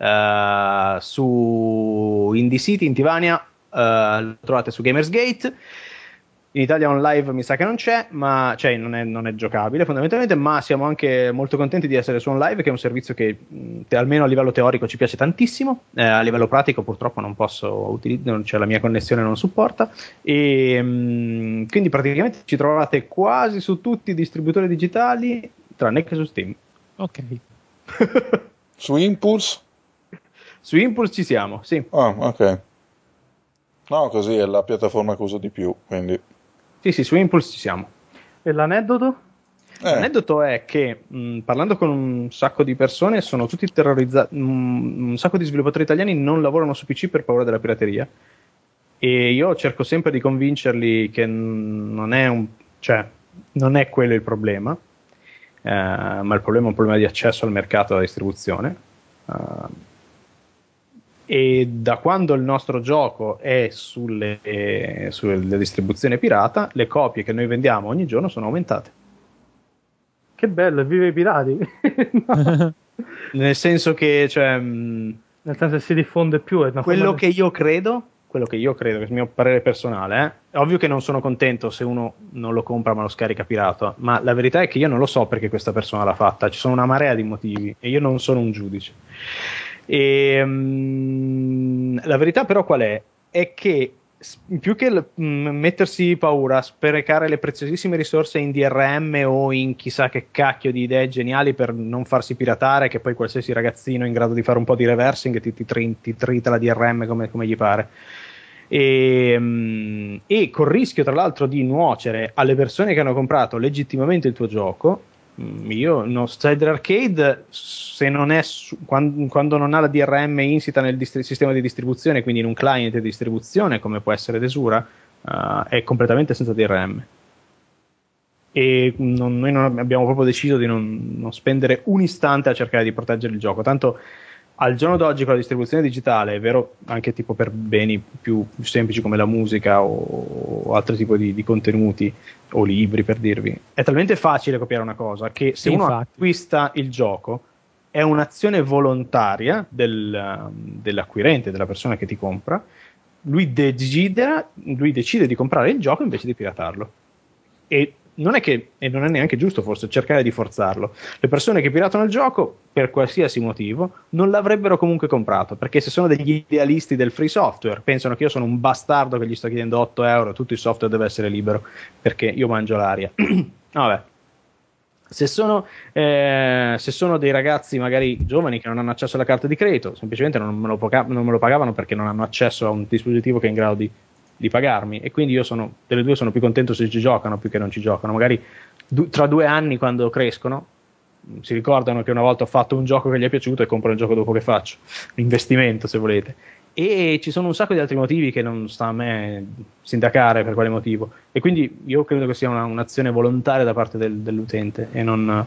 su Indie City, in Tivania, lo trovate su Gamersgate. In Italia on live mi sa che non c'è, ma cioè non è giocabile fondamentalmente, ma siamo anche molto contenti di essere su on live, che è un servizio che almeno a livello teorico ci piace tantissimo. A livello pratico purtroppo non posso utilizzare, cioè la mia connessione non supporta, e quindi praticamente ci trovate quasi su tutti i distributori digitali tranne che su Steam. Ok. Su Impulse? Su Impulse ci siamo, sì. Ah, ok. No, così è la piattaforma che uso di più, quindi... Sì, su Impulse ci siamo. E l'aneddoto? L'aneddoto è che parlando con un sacco di persone sono tutti terrorizzati, un sacco di sviluppatori italiani non lavorano su PC per paura della pirateria, e io cerco sempre di convincerli che non è quello il problema, ma il problema è un problema di accesso al mercato e alla distribuzione. E da quando il nostro gioco è sulle distribuzione pirata, le copie che noi vendiamo ogni giorno sono aumentate. Che bello, vive i pirati! No. Nel senso che, cioè, Nel senso che si diffonde più. È una quello che io credo, che è il mio parere personale, è ovvio che non sono contento se uno non lo compra ma lo scarica pirata, ma la verità è che io non lo so perché questa persona l'ha fatta, ci sono una marea di motivi e io non sono un giudice. E la verità però qual è? È che più che mettersi paura, sprecare le preziosissime risorse in DRM o in chissà che cacchio di idee geniali per non farsi piratare, che poi qualsiasi ragazzino in grado di fare un po' di reversing ti trita la DRM come gli pare, e col rischio tra l'altro di nuocere alle persone che hanno comprato legittimamente il tuo gioco. Io no, Cider Arcade, se non è quando non ha la DRM insita nel sistema di distribuzione, quindi in un client di distribuzione come può essere Desura, è completamente senza DRM, e noi non abbiamo proprio deciso di non spendere un istante a cercare di proteggere il gioco. Tanto al giorno d'oggi con la distribuzione digitale, è vero anche tipo per beni più semplici come la musica o altri tipi di contenuti o libri, per dirvi, è talmente facile copiare una cosa che se uno acquista il gioco è un'azione volontaria dell'acquirente, della persona che ti compra. Lui decide di comprare il gioco invece di piratarlo, e non è neanche giusto forse cercare di forzarlo. Le persone che piratano il gioco per qualsiasi motivo non l'avrebbero comunque comprato, perché se sono degli idealisti del free software pensano che io sono un bastardo che gli sto chiedendo 8 euro, tutto il software deve essere libero perché io mangio l'aria. Vabbè, se sono dei ragazzi magari giovani che non hanno accesso alla carta di credito, semplicemente non me lo pagavano perché non hanno accesso a un dispositivo che è in grado di pagarmi, e quindi io delle due sono più contento se ci giocano più che non ci giocano. Magari tra 2 anni, quando crescono, si ricordano che una volta ho fatto un gioco che gli è piaciuto e comprano il gioco dopo che faccio, investimento se volete. E ci sono un sacco di altri motivi che non sta a me sindacare per quale motivo, e quindi io credo che sia un'azione volontaria da parte dell'utente e non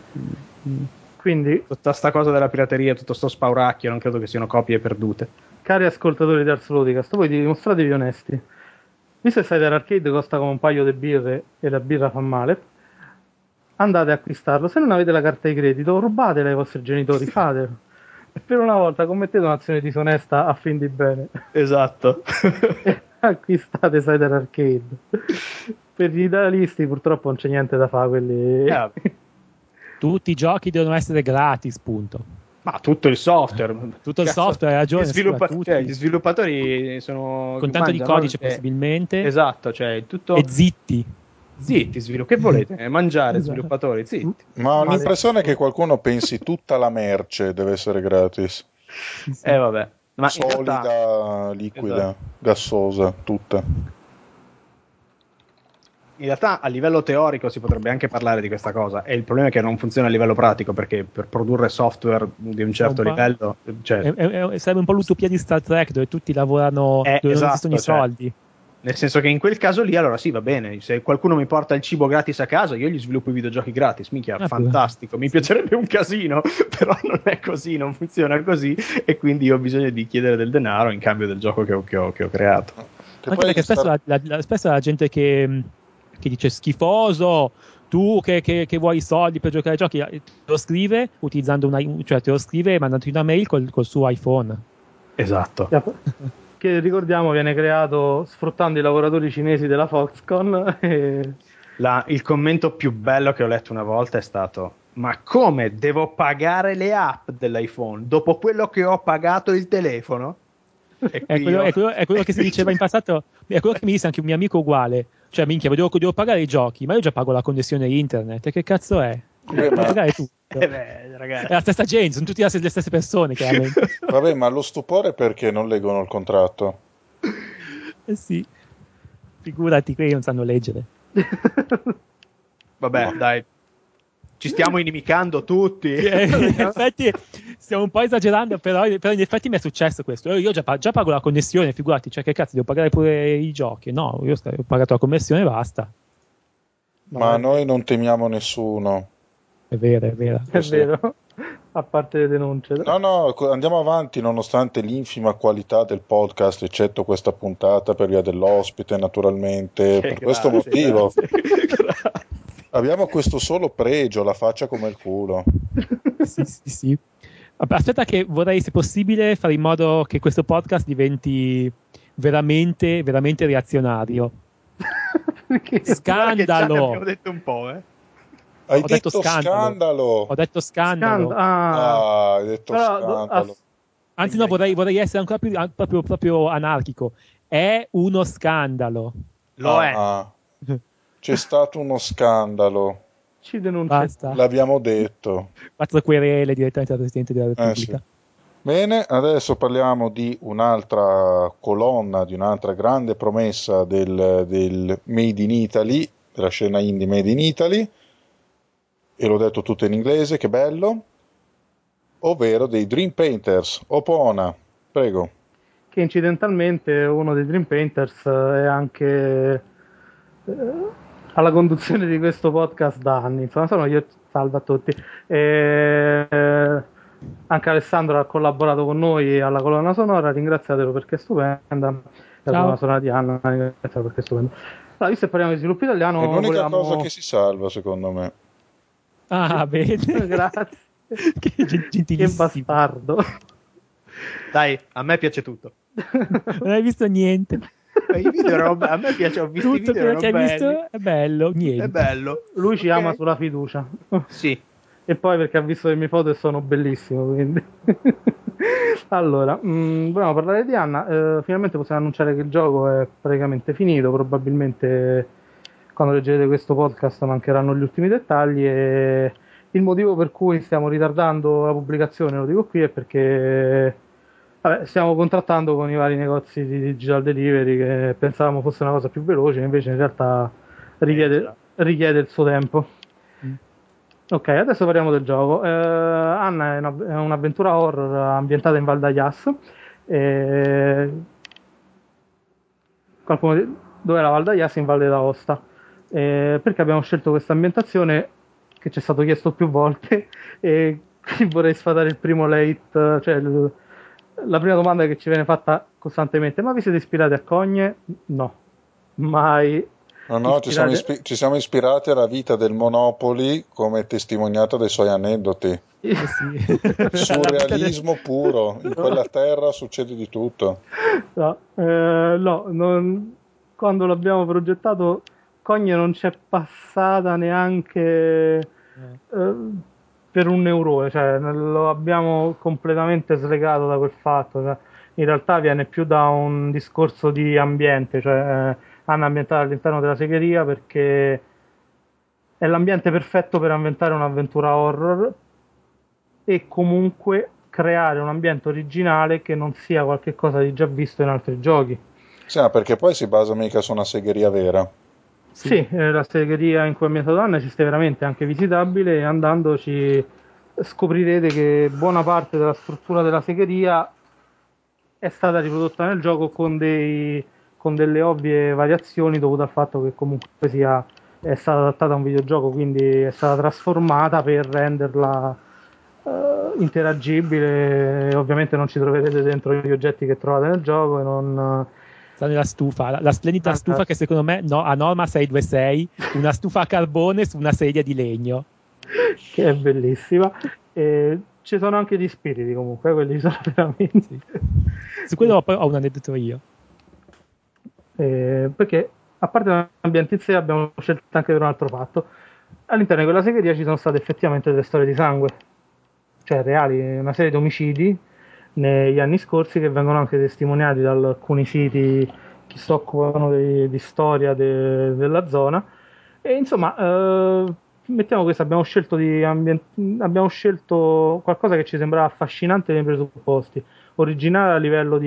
quindi tutta sta cosa della pirateria, tutto sto spauracchio, non credo che siano copie perdute. Cari ascoltatori di Ars Ludicast, voi dimostratevi onesti. Visto che Cider Arcade costa come un paio di birre e la birra fa male, andate a acquistarlo. Se non avete la carta di credito, rubatela ai vostri genitori, fatelo. E per una volta commettete un'azione disonesta a fin di bene. Esatto. E acquistate Cider Arcade. Per gli idealisti purtroppo non c'è niente da fare, quelli... Tutti i giochi devono essere gratis, punto. Ma tutto il software, tutto il software, hai ragione. Gli sviluppatori sono con tanto di codice possibilmente. Esatto, cioè tutto. E zitti, che volete? Mangiare, esatto. Sviluppatori, zitti. Ma ho l'impressione che qualcuno pensi tutta la merce deve essere gratis. Sì. Vabbè. Ma solida, realtà, liquida, esatto. Gassosa, tutta. In realtà a livello teorico si potrebbe anche parlare di questa cosa, e il problema è che non funziona a livello pratico, perché per produrre software di un certo livello, cioè... sarebbe un po' l'utopia di Star Trek, dove tutti lavorano dove esatto, non esistono i soldi. Nel senso che in quel caso lì allora sì, va bene, se qualcuno mi porta il cibo gratis a casa, io gli sviluppo i videogiochi gratis, minchia, fantastico, mi piacerebbe un casino, però non è così, non funziona così, e quindi io ho bisogno di chiedere del denaro in cambio del gioco che ho creato. Anche perché spesso la gente che che dice schifoso, tu che vuoi i soldi per giocare ai giochi, te lo scrive utilizzando cioè te lo scrive e mandando una mail col suo iPhone. Esatto. Che ricordiamo viene creato sfruttando i lavoratori cinesi della Foxconn. Il commento più bello che ho letto una volta è stato: ma come devo pagare le app dell'iPhone dopo quello che ho pagato il telefono? È quello che si diceva in passato, è quello che mi disse anche un mio amico uguale, cioè minchia, devo pagare i giochi, ma io già pago la connessione internet, e che cazzo è? Devo pagare tutto. Ragazzi. È la stessa gente, sono tutte le stesse persone chiaramente. Vabbè, ma lo stupore è perché non leggono il contratto. Sì, figurati, quelli non sanno leggere. Vabbè, dai, ci stiamo inimicando tutti. In effetti stiamo un po' esagerando, però in effetti mi è successo questo. Io già pago la connessione, figurati, cioè che cazzo, devo pagare pure i giochi? No, io ho pagato la connessione e basta. Ma noi non temiamo nessuno. È vero. È vero, a parte le denunce. No, andiamo avanti nonostante l'infima qualità del podcast, eccetto questa puntata per via dell'ospite, naturalmente. Per questo motivo abbiamo questo solo pregio, la faccia come il culo. Sì. Aspetta che vorrei, se possibile, fare in modo che questo podcast diventi veramente, veramente reazionario. Scandalo! Abbiamo detto un po', Hai detto scandalo. Ho detto scandalo. Hai detto scandalo. Anzi, no, vorrei essere ancora più proprio anarchico. È uno scandalo. Lo è. C'è stato uno scandalo. Ci denuncia. Basta. L'abbiamo detto. 4 querele direttamente al Presidente della Repubblica. Sì. Bene, adesso parliamo di un'altra colonna, di un'altra grande promessa del Made in Italy, della scena indie Made in Italy, e l'ho detto tutto in inglese, che bello, ovvero dei Dream Painters. Opona, prego. Che incidentalmente uno dei Dream Painters è anche alla conduzione di questo podcast da anni. Insomma, sono io, salve a tutti. Anche Alessandro ha collaborato con noi alla colonna sonora, ringraziatelo perché è stupenda. La colonna sonora di Anna, ringraziatelo perché è stupenda. Allora, visto che parliamo di sviluppo italiano, è l'unica cosa che si salva, secondo me. Bene. Grazie. Che gentilissimo. Che bastardo. Dai, a me piace tutto. Non hai visto niente. I video erano a me piace, ho visto tutto i video, quello che hai visto è bello, niente. È bello. Lui ci ama sulla fiducia. Sì. E poi perché ha visto le mie foto e sono bellissimo, quindi. Allora, vogliamo parlare di Anna. Finalmente possiamo annunciare che il gioco è praticamente finito. Probabilmente quando leggerete questo podcast mancheranno gli ultimi dettagli. E il motivo per cui stiamo ritardando la pubblicazione, lo dico qui, è perché stiamo contrattando con i vari negozi di digital delivery che pensavamo fosse una cosa più veloce, invece in realtà richiede il suo tempo. Ok, adesso parliamo del gioco. Anna è un'avventura horror ambientata in Val d'Ayas. Dove è la Val d'Ayas? In Valle d'Aosta. Perché abbiamo scelto questa ambientazione che ci è stato chiesto più volte e qui vorrei sfatare il primo late, cioè la prima domanda che ci viene fatta costantemente: ma vi siete ispirati a Cogne? No, mai. No, ci siamo ispirati alla vita del Monopoli come testimoniata dai suoi aneddoti. Sì. Surrealismo puro, in quella terra succede di tutto. Quando l'abbiamo progettato Cogne non c'è passata neanche per un neurone, cioè lo abbiamo completamente slegato da quel fatto, cioè, in realtà viene più da un discorso di ambiente, cioè hanno ambientato all'interno della segheria perché è l'ambiente perfetto per ambientare un'avventura horror e comunque creare un ambiente originale che non sia qualcosa di già visto in altri giochi. Sì, perché poi si basa mica su una segheria vera. Sì, la segheria in cui è ambientato Anna esiste veramente, anche visitabile, e andandoci scoprirete che buona parte della struttura della segheria è stata riprodotta nel gioco con delle ovvie variazioni dovute al fatto che comunque è stata adattata a un videogioco, quindi è stata trasformata per renderla interagibile. Ovviamente non ci troverete dentro gli oggetti che trovate nel gioco e sta nella stufa, la splendida stufa che secondo me ha norma 626, una stufa a carbone su una sedia di legno. Che è bellissima. Ci sono anche gli spiriti comunque, quelli sono veramente... Sì. Su quello poi ho un aneddoto io. Perché a parte l'ambiente in sé abbiamo scelto anche per un altro fatto. All'interno di quella segheria ci sono state effettivamente delle storie di sangue, cioè reali, una serie di omicidi negli anni scorsi che vengono anche testimoniati da alcuni siti che si occupano di storia della zona. E insomma, mettiamo questo, abbiamo scelto qualcosa che ci sembrava affascinante nei presupposti, originale a livello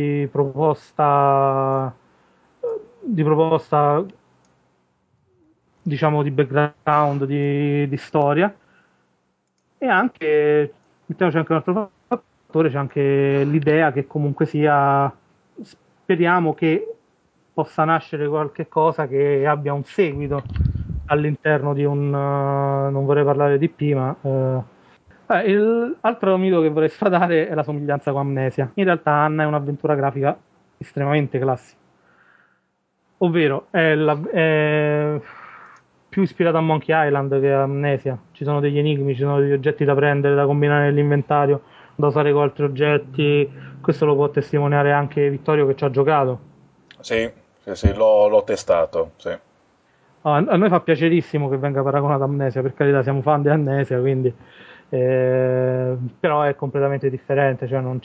di proposta, diciamo, di background, di storia, e anche, mettiamoci anche un altro fattore, c'è anche l'idea che comunque sia, speriamo che possa nascere qualche cosa che abbia un seguito all'interno di un, non vorrei parlare di P, ma l'altro mito che vorrei sfatare è la somiglianza con Amnesia. In realtà Anna è un'avventura grafica estremamente classica, ovvero è più ispirata a Monkey Island che a Amnesia. Ci sono degli enigmi, ci sono degli oggetti da prendere, da combinare nell'inventario, da usare con altri oggetti. Questo lo può testimoniare anche Vittorio che ci ha giocato. Sì, sì, l'ho testato, sì. A noi fa piacerissimo che venga paragonato a Amnesia, per carità, siamo fan di Amnesia, quindi però è completamente differente, cioè non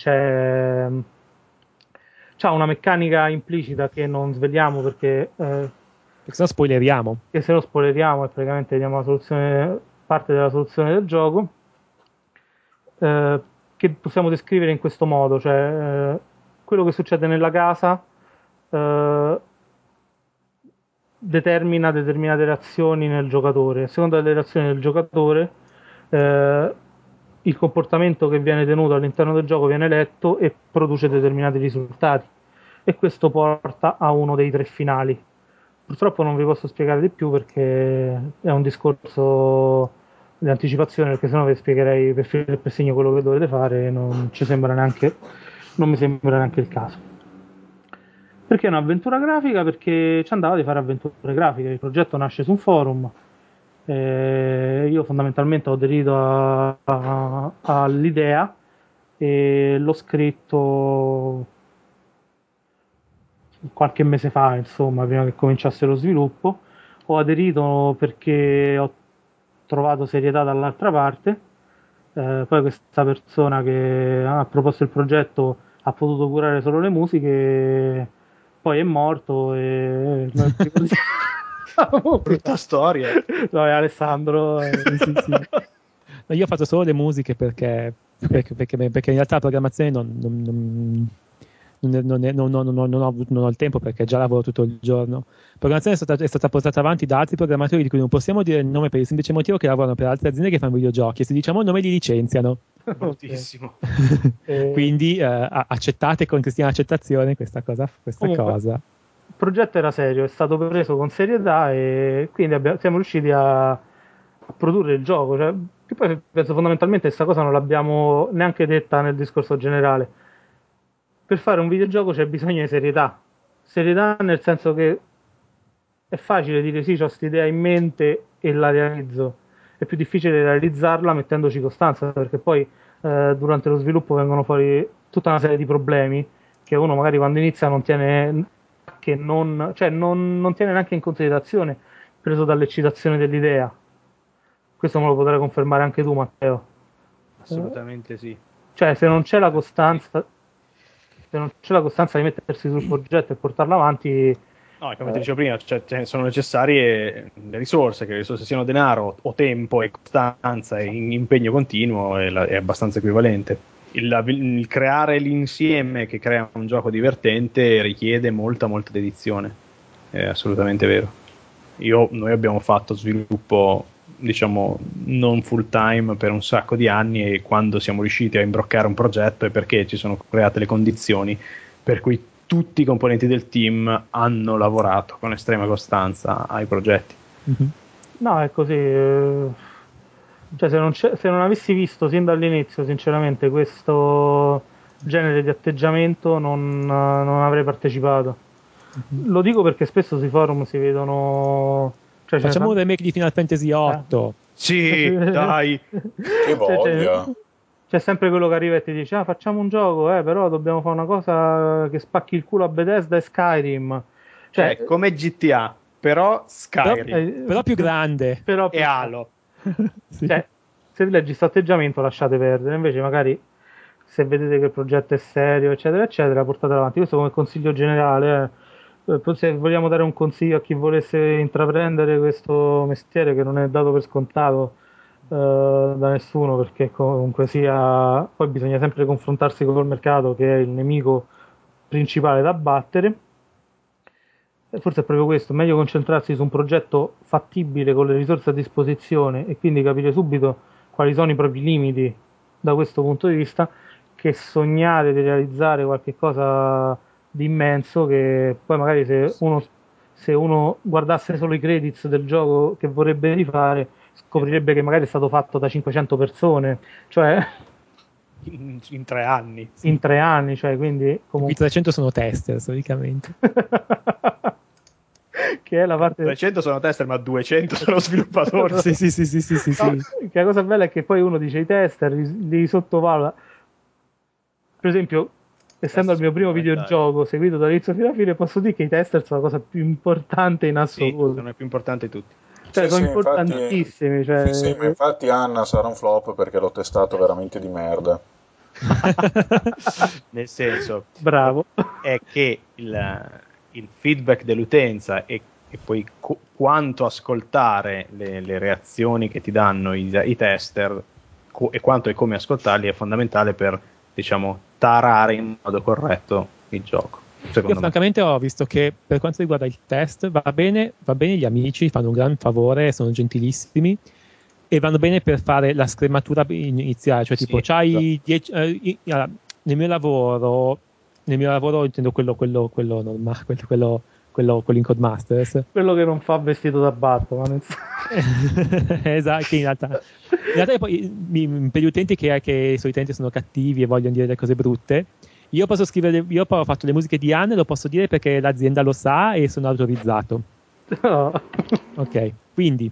c'ha una meccanica implicita che non sveliamo perché Sennò spoileriamo. che se lo spoileriamo e praticamente diamo parte della soluzione del gioco, che possiamo descrivere in questo modo, cioè quello che succede nella casa determina determinate reazioni nel giocatore. A seconda delle reazioni del giocatore, il comportamento che viene tenuto all'interno del gioco viene letto e produce determinati risultati. E questo porta a uno dei 3 finali. Purtroppo non vi posso spiegare di più perché è un discorso di anticipazione, perché sennò vi spiegherei per filo e per segno quello che dovete fare e non mi sembra neanche il caso. Perché è un'avventura grafica? Perché ci andava di fare avventure grafiche. Il progetto nasce su un forum. Io fondamentalmente ho aderito all'idea e l'ho scritto qualche mese fa, insomma, prima che cominciasse lo sviluppo. Ho aderito perché ho trovato serietà dall'altra parte. Poi questa persona che ha proposto il progetto ha potuto curare solo le musiche, poi è morto e noi Brutta storia. no, è Alessandro. Sì. No, io ho fatto solo le musiche perché in realtà la programmazione non ho il tempo perché già lavoro tutto il giorno. La programmazione è stata portata avanti da altri programmatori di cui non possiamo dire il nome per il semplice motivo che lavorano per altre aziende che fanno videogiochi e se diciamo il nome li licenziano. Bruttissimo. Quindi accettate con cristiana accettazione questa cosa. Il progetto era serio, è stato preso con serietà e quindi siamo riusciti a produrre il gioco. Cioè, che poi penso fondamentalmente questa cosa non l'abbiamo neanche detta nel discorso generale. Per fare un videogioco c'è bisogno di serietà. Serietà nel senso che è facile dire sì, ho questa idea in mente e la realizzo. È più difficile realizzarla mettendoci costanza, perché poi durante lo sviluppo vengono fuori tutta una serie di problemi che uno magari quando inizia non tiene non tiene neanche in considerazione, preso dall'eccitazione dell'idea. Questo me lo potrai confermare anche tu, Matteo. Assolutamente sì. Cioè, se non c'è la costanza di mettersi sul progetto e portarlo avanti. No, come ti dicevo prima, cioè, sono necessarie le risorse, che le risorse siano denaro o tempo e costanza e impegno continuo è abbastanza equivalente. Il creare l'insieme che crea un gioco divertente richiede molta dedizione, è assolutamente vero. Noi abbiamo fatto sviluppo, diciamo, non full time per un sacco di anni e quando siamo riusciti a imbroccare un progetto è perché ci sono create le condizioni per cui tutti i componenti del team hanno lavorato con estrema costanza ai progetti. Mm-hmm. No, è così. Cioè, se non avessi visto sin dall'inizio, sinceramente, questo genere di atteggiamento non avrei partecipato. Lo dico perché spesso sui forum si vedono... Cioè, Facciamo un remake di Final Fantasy VIII. Sì, dai. Che voglia. C'è sempre quello che arriva e ti dice facciamo un gioco, però dobbiamo fare una cosa che spacchi il culo a Bethesda e Skyrim. Cioè, come GTA, però Skyrim. Però più grande. Però E Halo. Sì. Cioè, se leggi questo atteggiamento lasciate perdere, invece magari se vedete che il progetto è serio, eccetera, eccetera, portatelo avanti. Questo come consiglio generale. Se vogliamo dare un consiglio a chi volesse intraprendere questo mestiere che non è dato per scontato da nessuno, perché comunque sia, poi bisogna sempre confrontarsi con il mercato che è il nemico principale da battere. Forse è proprio questo, meglio concentrarsi su un progetto fattibile con le risorse a disposizione e quindi capire subito quali sono i propri limiti da questo punto di vista, che sognare di realizzare qualche cosa di immenso che poi magari se uno guardasse solo i credits del gioco che vorrebbe rifare scoprirebbe che magari è stato fatto da 500 persone, cioè in 3 anni. in 3 anni, cioè quindi comunque... I 300 sono tester, storicamente. Che è la parte 300 sono tester, ma 200 sono sviluppatori. sì. No, che la cosa bella è che poi uno dice i tester li sottovaluta. Per esempio, essendo il mio primo videogioco seguito dall'inizio fino alla fine, posso dire che i tester sono la cosa più importante in assoluto. Sì, sono i più importanti di tutti. Cioè, sono importantissimi. Infatti, sì, ma infatti Anna sarà un flop perché l'ho testato veramente di merda. Nel senso, bravo, è che il feedback dell'utenza e poi quanto ascoltare le reazioni che ti danno i tester e quanto e come ascoltarli è fondamentale per, diciamo, tarare in modo corretto il gioco. Io francamente ho visto che per quanto riguarda il test va bene gli amici, fanno un gran favore, sono gentilissimi e vanno bene per fare la scrematura iniziale, cioè tipo c'hai 10 nel mio lavoro intendo quello normale, quello in Codemasters, quello che non fa vestito da Batman. Esatto, che in realtà poi per gli utenti che solitamente sono cattivi e vogliono dire le cose brutte, io posso scrivere, io poi ho fatto le musiche di Anne, lo posso dire perché l'azienda lo sa e sono autorizzato. Ok, quindi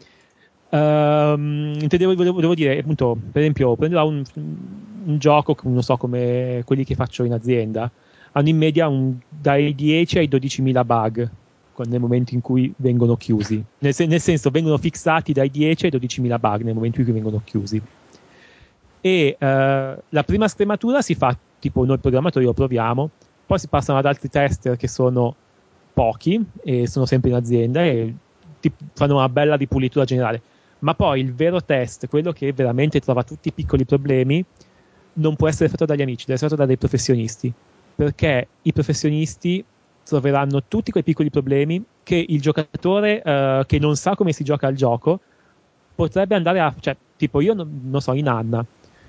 volevo dire, appunto, per esempio, prendo un gioco, non so, come quelli che faccio in azienda, hanno in media dai 10 ai 12.000 bug nel momento in cui vengono chiusi. Nel senso, vengono fissati dai 10 ai 12.000 bug nel momento in cui vengono chiusi. E la prima scrematura si fa, tipo noi programmatori lo proviamo, poi si passano ad altri tester che sono pochi e sono sempre in azienda e fanno una bella ripulitura generale. Ma poi il vero test, quello che veramente trova tutti i piccoli problemi, non può essere fatto dagli amici, deve essere fatto da dei professionisti, perché i professionisti troveranno tutti quei piccoli problemi che il giocatore che non sa come si gioca al gioco potrebbe andare a, cioè, tipo io non so, in Anna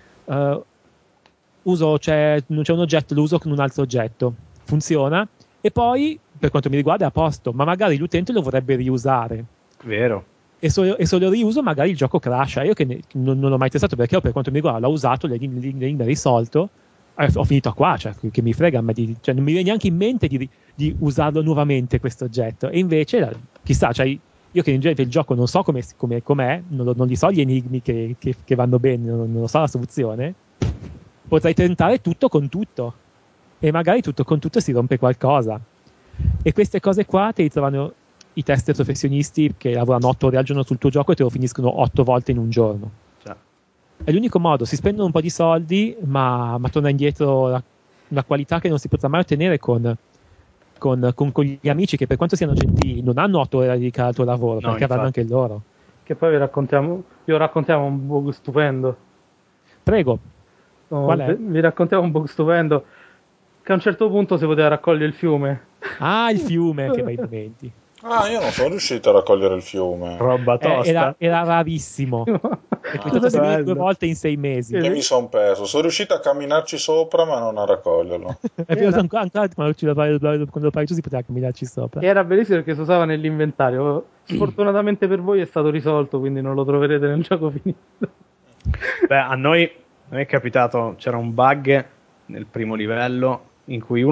non c'è un oggetto, lo uso con un altro oggetto, funziona e poi per quanto mi riguarda è a posto, ma magari l'utente lo vorrebbe riusare, vero, e se lo riuso magari il gioco crasha. Io che non l'ho mai testato perché per quanto mi riguarda l'ho usato, l'enigma è risolto, ho finito qua, cioè che mi frega a me cioè, non mi viene neanche in mente di usarlo nuovamente questo oggetto, e invece chissà, cioè, io che in genere il gioco non so com'è, non li so gli enigmi che vanno bene, non lo so la soluzione, potrei tentare tutto con tutto e magari tutto con tutto si rompe qualcosa, e queste cose qua te li trovano i tester professionisti che lavorano 8 ore al giorno sul tuo gioco e te lo finiscono 8 volte in un giorno. È l'unico modo, si spendono un po' di soldi ma torna indietro la qualità che non si potrà mai ottenere con gli amici che, per quanto siano gentili, non hanno 8 ore dedicato al tuo lavoro, perché avranno anche loro. Che poi vi raccontiamo un bug stupendo. Prego. Qual è? Vi raccontiamo un bug stupendo che a un certo punto si poteva raccogliere il fiume. Ah, il fiume, che bei momenti. Ah, io non sono riuscito a raccogliere il fiume. Roba tosta. Era rarissimo. È capitato 2 volte in 6 mesi. E mi sono perso. Sono riuscito a camminarci sopra, ma non a raccoglierlo. È vero, ancora quando lo pari tu si poteva camminarci sopra. E era bellissimo perché si usava nell'inventario. Sfortunatamente per voi è stato risolto, quindi non lo troverete nel gioco finito. Beh, a me è capitato, c'era un bug nel primo livello in cui uno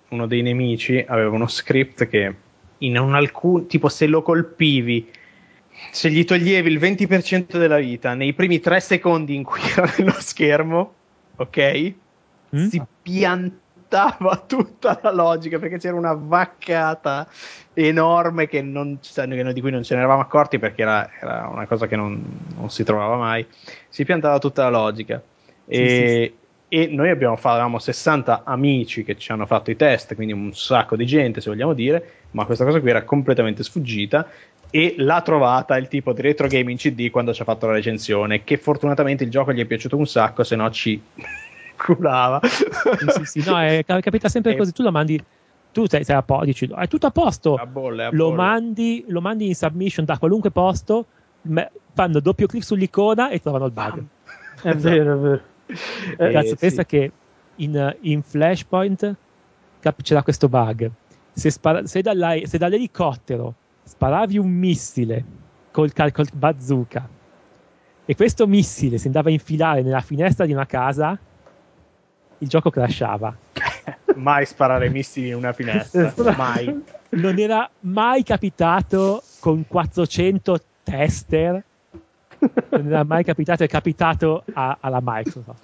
uno dei nemici aveva uno script che tipo se lo colpivi, se gli toglievi il 20% della vita nei primi 3 secondi in cui era nello schermo, ok? Si piantava tutta la logica, perché c'era una vaccata enorme che di cui non ce ne eravamo accorti, perché era una cosa che non si trovava mai. Si piantava tutta la logica. E noi avevamo 60 amici che ci hanno fatto i test, quindi un sacco di gente, se vogliamo dire, ma questa cosa qui era completamente sfuggita, e l'ha trovata il tipo di Retro Gaming CD quando ci ha fatto la recensione, che fortunatamente il gioco gli è piaciuto un sacco, se no ci culava. Sì, no, capita sempre così, tu lo mandi, tu sei a posto, dici, è tutto a posto, A bolle. Lo mandi in submission da qualunque posto, fanno doppio clic sull'icona e trovano il bug. È vero, è vero. Cazzo, pensa che in Flashpoint c'era questo bug. Se dall'elicottero sparavi un missile col bazooka e questo missile si andava a infilare nella finestra di una casa, il gioco crashava. Mai sparare missili in una finestra, mai. Non era mai capitato con 400 tester, non era mai capitato, è capitato alla Microsoft.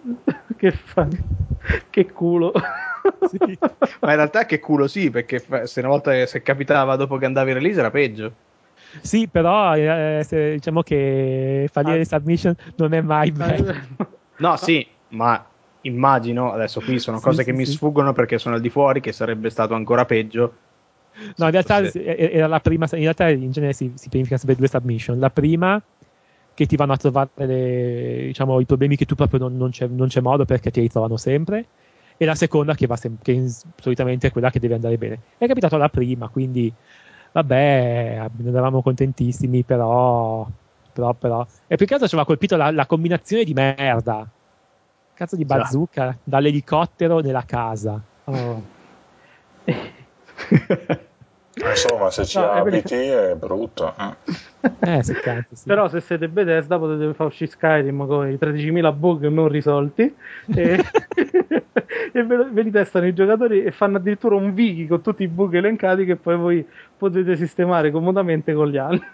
Che culo. Sì. Ma in realtà che culo sì, perché se capitava dopo che andavi in release era peggio. Sì, però diciamo che fallire le submission non è mai bello. No, sì, ma immagino, adesso qui sono cose che mi sfuggono perché sono al di fuori, che sarebbe stato ancora peggio. No, in realtà era la prima, in realtà in genere si pianifica sempre 2 submission. La prima che ti vanno a trovare diciamo, i problemi che tu proprio non c'è modo perché ti ritrovano sempre, e la seconda che solitamente è quella che deve andare bene. È capitato la prima, quindi vabbè, ne eravamo contentissimi, però e più che altro ci aveva colpito la combinazione di merda, cazzo di bazooka dall'elicottero nella casa. Insomma, se ci abiti è brutto. Sì. Però se siete Bethesda potete far uscire Skyrim con i 13.000 bug non risolti e ve li testano i giocatori e fanno addirittura un wiki con tutti i bug elencati che poi voi potete sistemare comodamente con gli anni.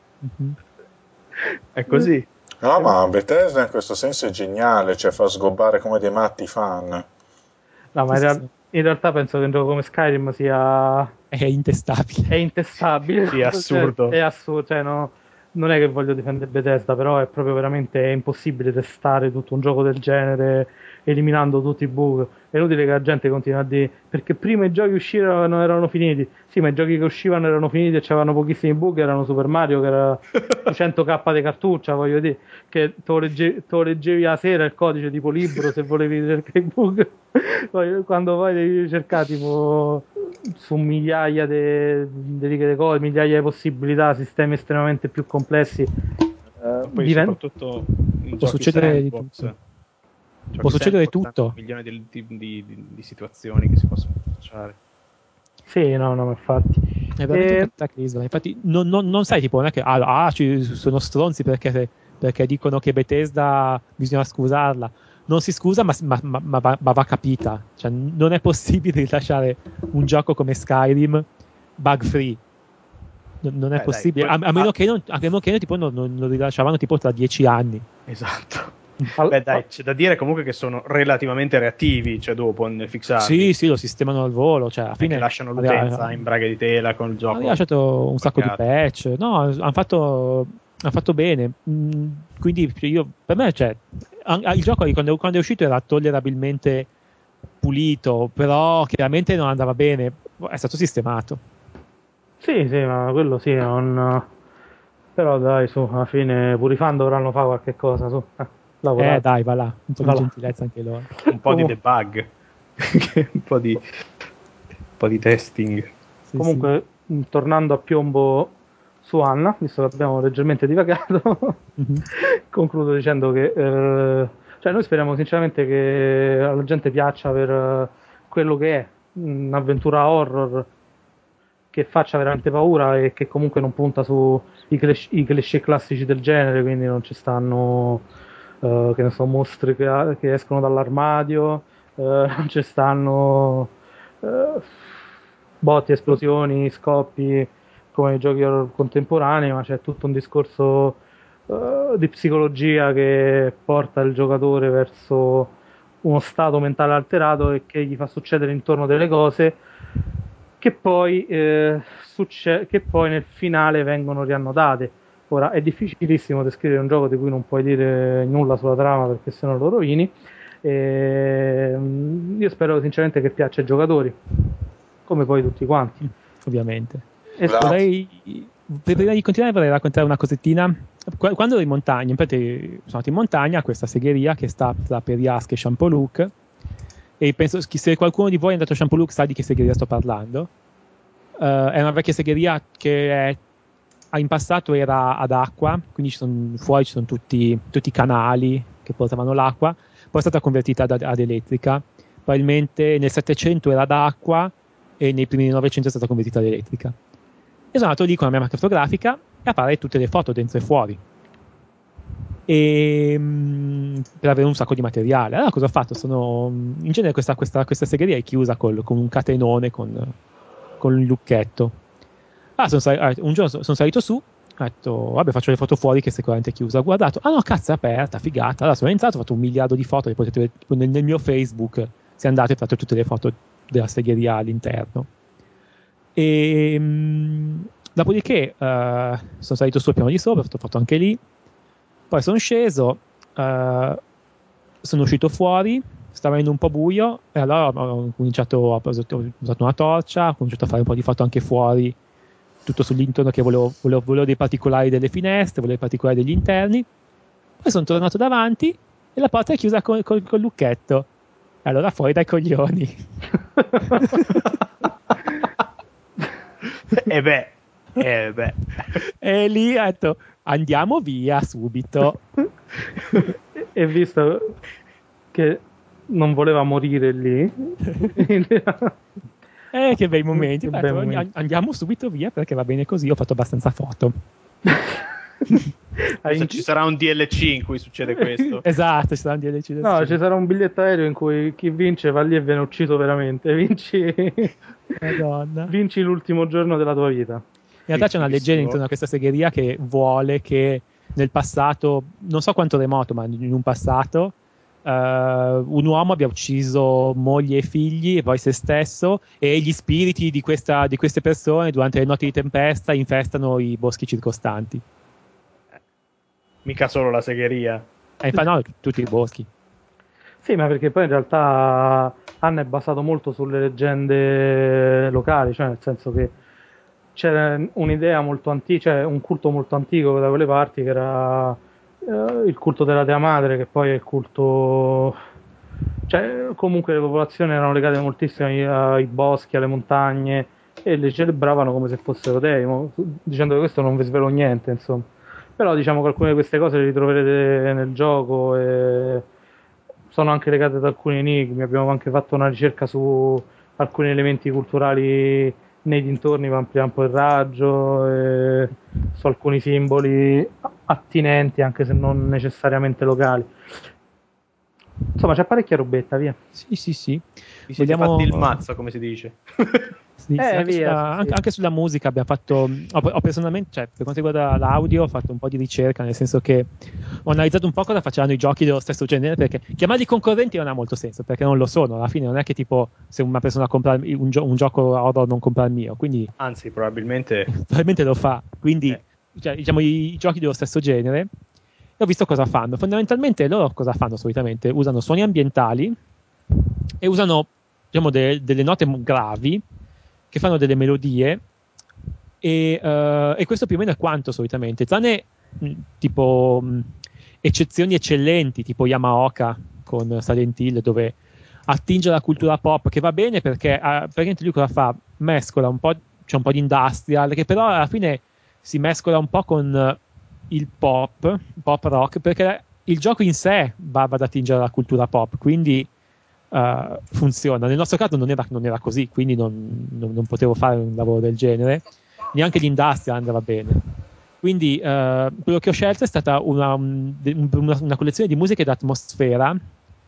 È così. No, ma Bethesda in questo senso è geniale, cioè fa sgobbare come dei matti fan. No, ma in realtà penso che un gioco come Skyrim è intestabile. È intestabile. Sì, è assurdo. È assurdo, cioè non è che voglio difendere Bethesda, però è proprio veramente impossibile testare tutto un gioco del genere eliminando tutti i bug. È inutile che la gente continui a dire perché prima i giochi uscivano erano finiti. Sì, ma i giochi che uscivano erano finiti e c'erano pochissimi bug, erano Super Mario che era 100k di cartuccia, voglio dire, che te lo leggevi la sera il codice tipo libro se volevi cercare i bug. Poi, quando poi devi cercare tipo su migliaia di cose, migliaia di possibilità, sistemi estremamente più complessi, poi soprattutto può succedere di tutto. Può succedere tutto. Milioni di situazioni che si possono facciare. Sì, no, infatti. È veramente un cataclisma. Infatti, non sai, tipo, non è che ci sono stronzi perché dicono che Bethesda bisogna scusarla. Non si scusa, ma va capita. Cioè, non è possibile rilasciare un gioco come Skyrim bug free. Non è possibile. Dai, a meno che non tipo non lo rilasciavano tipo tra 10 anni. Esatto. Dai, c'è da dire comunque che sono relativamente reattivi, cioè dopo nel fixarli. Sì, lo sistemano al volo, cioè alla fine lasciano l'utenza in braghe di tela con il gioco. Hanno lasciato un sacco di patch. No, hanno fatto bene. Quindi per me, cioè, il gioco quando è uscito era tollerabilmente pulito, però chiaramente non andava bene. È stato sistemato. Sì, ma quello sì, però dai, su, alla fine pure i fan dovranno fare qualche cosa, su. Dai, va là, un po' di gentilezza anche loro. Un po' di debug, un po' di testing. Sì, comunque, tornando a piombo su Anna, visto che abbiamo leggermente divagato, concludo dicendo che cioè noi speriamo sinceramente che alla gente piaccia per quello che è un'avventura horror che faccia veramente paura e che comunque non punta su i cliché classici del genere, quindi non ci stanno che ne so, mostri che escono dall'armadio, non ci stanno botti, esplosioni, scoppi come nei giochi horror contemporanei, ma c'è tutto un discorso di psicologia che porta il giocatore verso uno stato mentale alterato e che gli fa succedere intorno delle cose che poi nel finale vengono riannodate. Ora è difficilissimo descrivere un gioco di cui non puoi dire nulla sulla trama perché sennò lo rovini. Io spero sinceramente che piaccia ai giocatori, come poi tutti quanti. Ovviamente. Vorrei, prima di continuare vorrei raccontare una cosettina. Quando ero in montagna, infatti sono andato in montagna a questa segheria che sta tra Periasca e Champoluc, e penso che se qualcuno di voi è andato a Champoluc sa di che segheria sto parlando. È una vecchia segheria che in passato era ad acqua, quindi fuori ci sono tutti i canali che portavano l'acqua, poi è stata convertita ad elettrica. Probabilmente nel 700 era ad acqua e nei primi del 900 è stata convertita ad elettrica. E sono andato lì con la mia macchina fotografica e a fare tutte le foto dentro e fuori, per avere un sacco di materiale. Allora cosa ho fatto? In genere questa segheria è chiusa con un catenone con il lucchetto. Un giorno sono salito su, ho detto vabbè, faccio le foto fuori che sicuramente è chiusa. Ho guardato, no, cazzo, è aperta, figata. Allora sono entrato, ho fatto 1 miliardo di foto, le potete vedere nel mio Facebook, se andate tratto tutte le foto della segheria all'interno. Dopodiché sono salito sul piano di sopra, ho fatto anche lì, poi sono sceso, sono uscito fuori, stava venendo un po' buio e allora ho usato una torcia, ho cominciato a fare un po' di foto anche fuori, tutto sull'intorno, che volevo dei particolari delle finestre, volevo dei particolari degli interni. Poi sono tornato davanti e la porta è chiusa col lucchetto. Allora fuori dai coglioni. E lì ho detto andiamo via subito. E visto che non voleva morire lì, che bei momenti. Andiamo subito via perché va bene così, ho fatto abbastanza foto. Ci sarà un DLC in cui succede questo. Esatto, ci sarà un DLC. No, ci sarà un biglietto aereo in cui chi vince va lì e viene ucciso veramente. Madonna. Vinci l'ultimo giorno della tua vita. In realtà c'è una leggenda intorno a questa segheria che vuole che nel passato, non so quanto remoto, ma in un passato, un uomo abbia ucciso moglie e figli e poi se stesso, e gli spiriti di queste persone durante le notti di tempesta infestano i boschi circostanti. Mica solo la segheria. No, tutti i boschi. Sì, ma perché poi in realtà Anna è basato molto sulle leggende locali, cioè nel senso che c'era un'idea molto antica, cioè un culto molto antico da quelle parti che era il culto della Dea Madre, che poi è il culto, cioè comunque le popolazioni erano legate moltissimo ai boschi, alle montagne e le celebravano come se fossero dei, dicendo che questo non vi svelo niente, insomma. Però diciamo che alcune di queste cose le ritroverete nel gioco e sono anche legate ad alcuni enigmi. Abbiamo anche fatto una ricerca su alcuni elementi culturali nei dintorni per ampliare un po' il raggio, e su alcuni simboli attinenti anche se non necessariamente locali. Insomma, c'è parecchia robetta, via. Sì. Vi siete fatti il mazzo, come si dice. Sì, anche sulla musica abbiamo fatto. Ho personalmente, cioè, per quanto riguarda l'audio, ho fatto un po' di ricerca, nel senso che ho analizzato un po' cosa facevano i giochi dello stesso genere, perché chiamarli concorrenti non ha molto senso, perché non lo sono. Alla fine non è che tipo se una persona compra un gioco horror non compra il mio, quindi anzi probabilmente lo fa. Quindi cioè, diciamo i giochi dello stesso genere. E ho visto cosa fanno. Fondamentalmente loro cosa fanno solitamente? Usano suoni ambientali e usano, diciamo, delle note gravi che fanno delle melodie e questo più o meno è quanto solitamente, tranne tipo eccezioni eccellenti tipo Yamaoka con Silent Hill, dove attinge alla cultura pop, che va bene perché praticamente lui cosa fa? Mescola un po', c'è un po' di industrial che però alla fine si mescola un po' con il pop rock, perché il gioco in sé va ad attingere alla cultura pop, quindi funziona. Nel nostro caso non era così, quindi non potevo fare un lavoro del genere, neanche l'industria andava bene. Quindi quello che ho scelto è stata una collezione di musiche d'atmosfera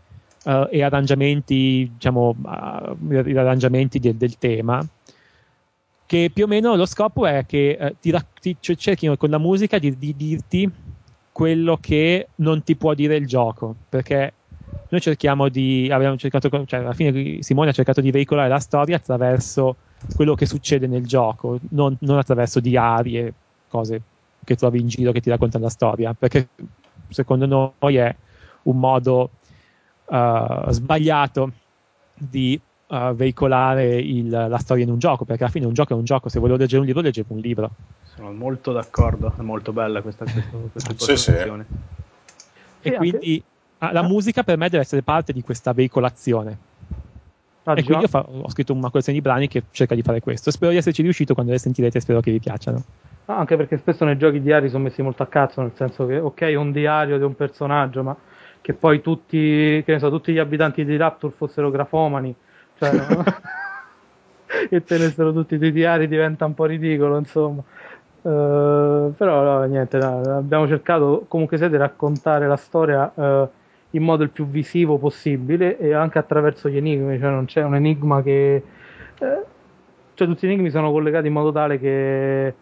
e arrangiamenti, diciamo, gli arrangiamenti del tema, che più o meno lo scopo è che cerchino con la musica di dirti quello che non ti può dire il gioco, perché noi abbiamo cercato, cioè alla fine Simone ha cercato di veicolare la storia attraverso quello che succede nel gioco, non attraverso diari e cose che trovi in giro che ti raccontano la storia, perché secondo noi è un modo sbagliato di veicolare la storia in un gioco, perché alla fine un gioco è un gioco, se volevo leggere un libro leggevo un libro. Sono molto d'accordo, è molto bella questa impostazione. E quindi la musica per me deve essere parte di questa veicolazione. E quindi ho scritto una collezione di brani che cerca di fare questo. Spero di esserci riuscito, quando le sentirete spero che vi piacciono. Anche perché spesso nei giochi diari sono messi molto a cazzo, nel senso che ok, un diario di un personaggio, ma che poi tutti gli abitanti di Rapture fossero grafomani, cioè, no? E tenessero tutti dei diari, diventa un po' ridicolo, insomma. Però no, niente, abbiamo cercato comunque di raccontare la storia in modo il più visivo possibile e anche attraverso gli enigmi, cioè non c'è un enigma che cioè tutti gli enigmi sono collegati in modo tale che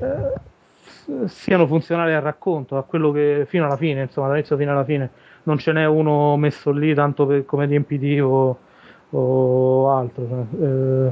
siano funzionali al racconto, a quello che fino alla fine, insomma, dall'inizio fino alla fine non ce n'è uno messo lì tanto come riempitivo o altro, cioè,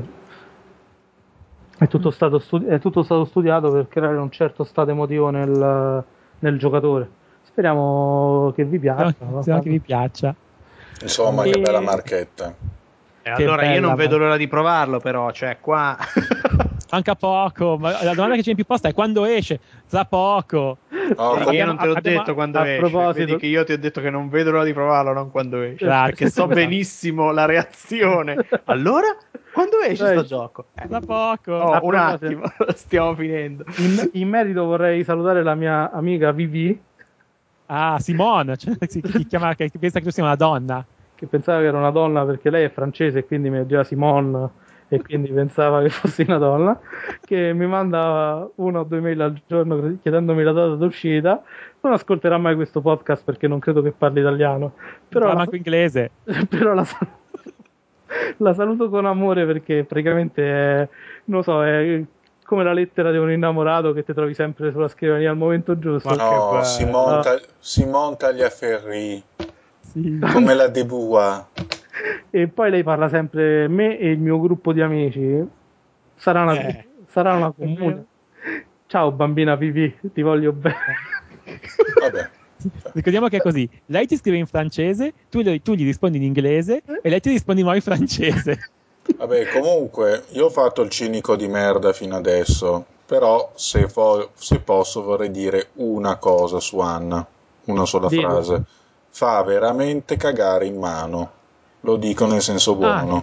è tutto stato studiato per creare un certo stato emotivo nel giocatore. Speriamo che vi piaccia. Speriamo che vi piaccia. Insomma, che bella marchetta. E allora io non vedo l'ora di provarlo, però, cioè qua manca poco, ma la domanda che c'è in più posta è quando esce? Tra poco. Io non te l'ho detto quando esce. Proposito... Vedi che io ti ho detto che non vedo l'ora di provarlo, non quando esce. Perché so benissimo la reazione. Allora? Quando esce sto gioco? Da poco. Un attimo, stiamo finendo. In merito vorrei salutare la mia amica Vivi. Ah, Simone, cioè, che pensa che tu sia una donna. Che pensava che era una donna perché lei è francese e quindi mi diceva Simone e quindi pensava che fossi una donna, che mi manda 1 o 2 mail al giorno chiedendomi la data d'uscita. Non ascolterà mai questo podcast perché non credo che parli italiano, però manco inglese. Però la saluto con amore perché praticamente è, non so, è come la lettera di un innamorato che ti trovi sempre sulla scrivania al momento giusto. No, Simone Tagliaferri, sì. Come la Debua. E poi lei parla sempre me e il mio gruppo di amici. Sarà una comune. Ciao bambina Vivi, ti voglio bene. Vabbè. Ricordiamo che è così: lei ti scrive in francese, tu gli rispondi in inglese e lei ti risponde in nuovo in francese. Vabbè, comunque io ho fatto il cinico di merda fino adesso, però se posso vorrei dire una cosa su Anna, una sola frase. Fa veramente cagare in mano, lo dico nel senso buono.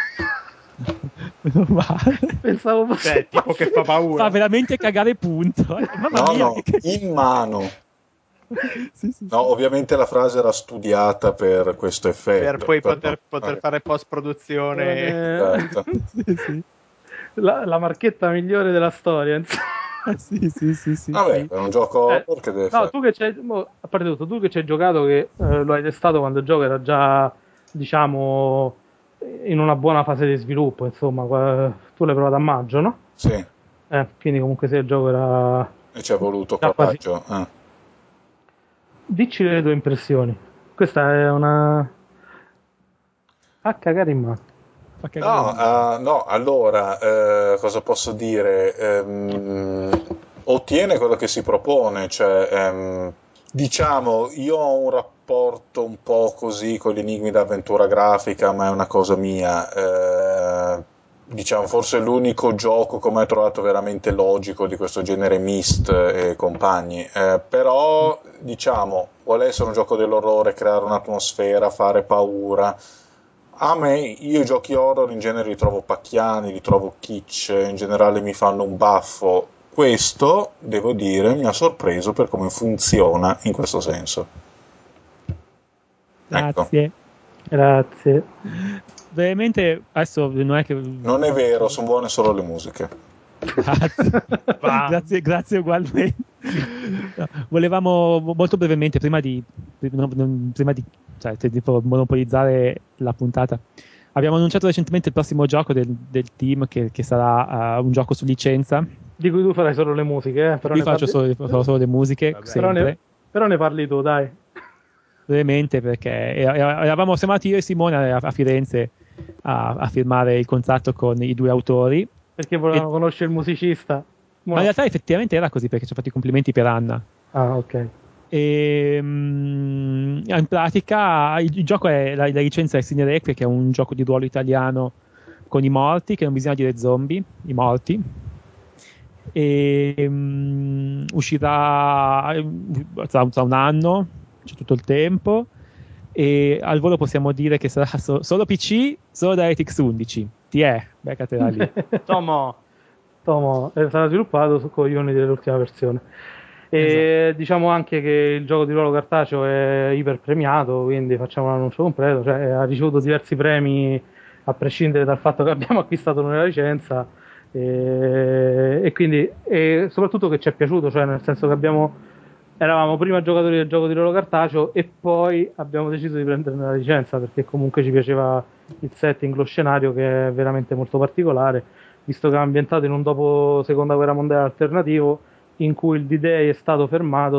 Pensavo fosse tipo che fa paura. Fa veramente cagare, punto. Mamma mia, in mano. Sì. No, ovviamente la frase era studiata per questo effetto. Per poi poter fare post-produzione. Esatto. Sì. La marchetta migliore della storia. Sì. Vabbè, è un gioco horror che deve fare. Tu che c'hai, a parte tutto, tu che ci hai giocato, che lo hai testato quando il gioco era già, diciamo, in una buona fase di sviluppo, insomma, tu l'hai provato a maggio, no? Sì. Quindi comunque se il gioco era... E ci è voluto coraggio. Dici le tue impressioni. Questa è una... a cagare in mano. No, allora, cosa posso dire? Ottiene quello che si propone, cioè, diciamo, io ho un rapporto un po' così con gli enigmi d'avventura grafica, ma è una cosa mia. Diciamo, forse l'unico gioco che ho mai trovato veramente logico di questo genere, Myst e compagni, però, diciamo, vuole essere un gioco dell'orrore, creare un'atmosfera, fare paura. A me, io i giochi horror in genere li trovo pacchiani, li trovo kitsch, in generale mi fanno un baffo. Questo, devo dire, mi ha sorpreso per come funziona in questo senso. Grazie. Ecco. Grazie. Veramente, adesso non è che... Non è vero, sono buone solo le musiche. Grazie ugualmente. Volevamo molto brevemente, prima di prima di, cioè, tipo monopolizzare la puntata, abbiamo annunciato recentemente il prossimo gioco del team che sarà un gioco su licenza. Di cui tu farai solo le musiche, però Qui farò solo le musiche, Vabbè. sempre. Però ne parli tu, dai. Brevemente, siamo andati io e Simone a Firenze a firmare il contratto con i 2 autori. Perché volevano conoscere il musicista. Ma in realtà effettivamente era così, perché ci ho fatto i complimenti per Anna. Ah, ok. E in pratica il gioco è la licenza è Sine Requiem, che è un gioco di ruolo italiano con i morti, che non bisogna dire zombie, i morti. E uscirà tra un anno, c'è tutto il tempo, e al volo possiamo dire che sarà solo PC, solo da DirectX 11. Beccatela lì. Tomo. Sarà sviluppato con gli Unity dell'ultima versione. E Esatto. diciamo anche che il gioco di ruolo cartaceo è iper premiato, quindi facciamo un annuncio completo, cioè ha ricevuto diversi premi a prescindere dal fatto che abbiamo acquistato noi la licenza, e quindi soprattutto che ci è piaciuto, cioè nel senso che eravamo prima giocatori del gioco di ruolo cartaceo e poi abbiamo deciso di prenderne la licenza perché comunque ci piaceva il setting, lo scenario, che è veramente molto particolare, visto che è ambientato in un dopo seconda guerra mondiale alternativo in cui il D-Day è stato fermato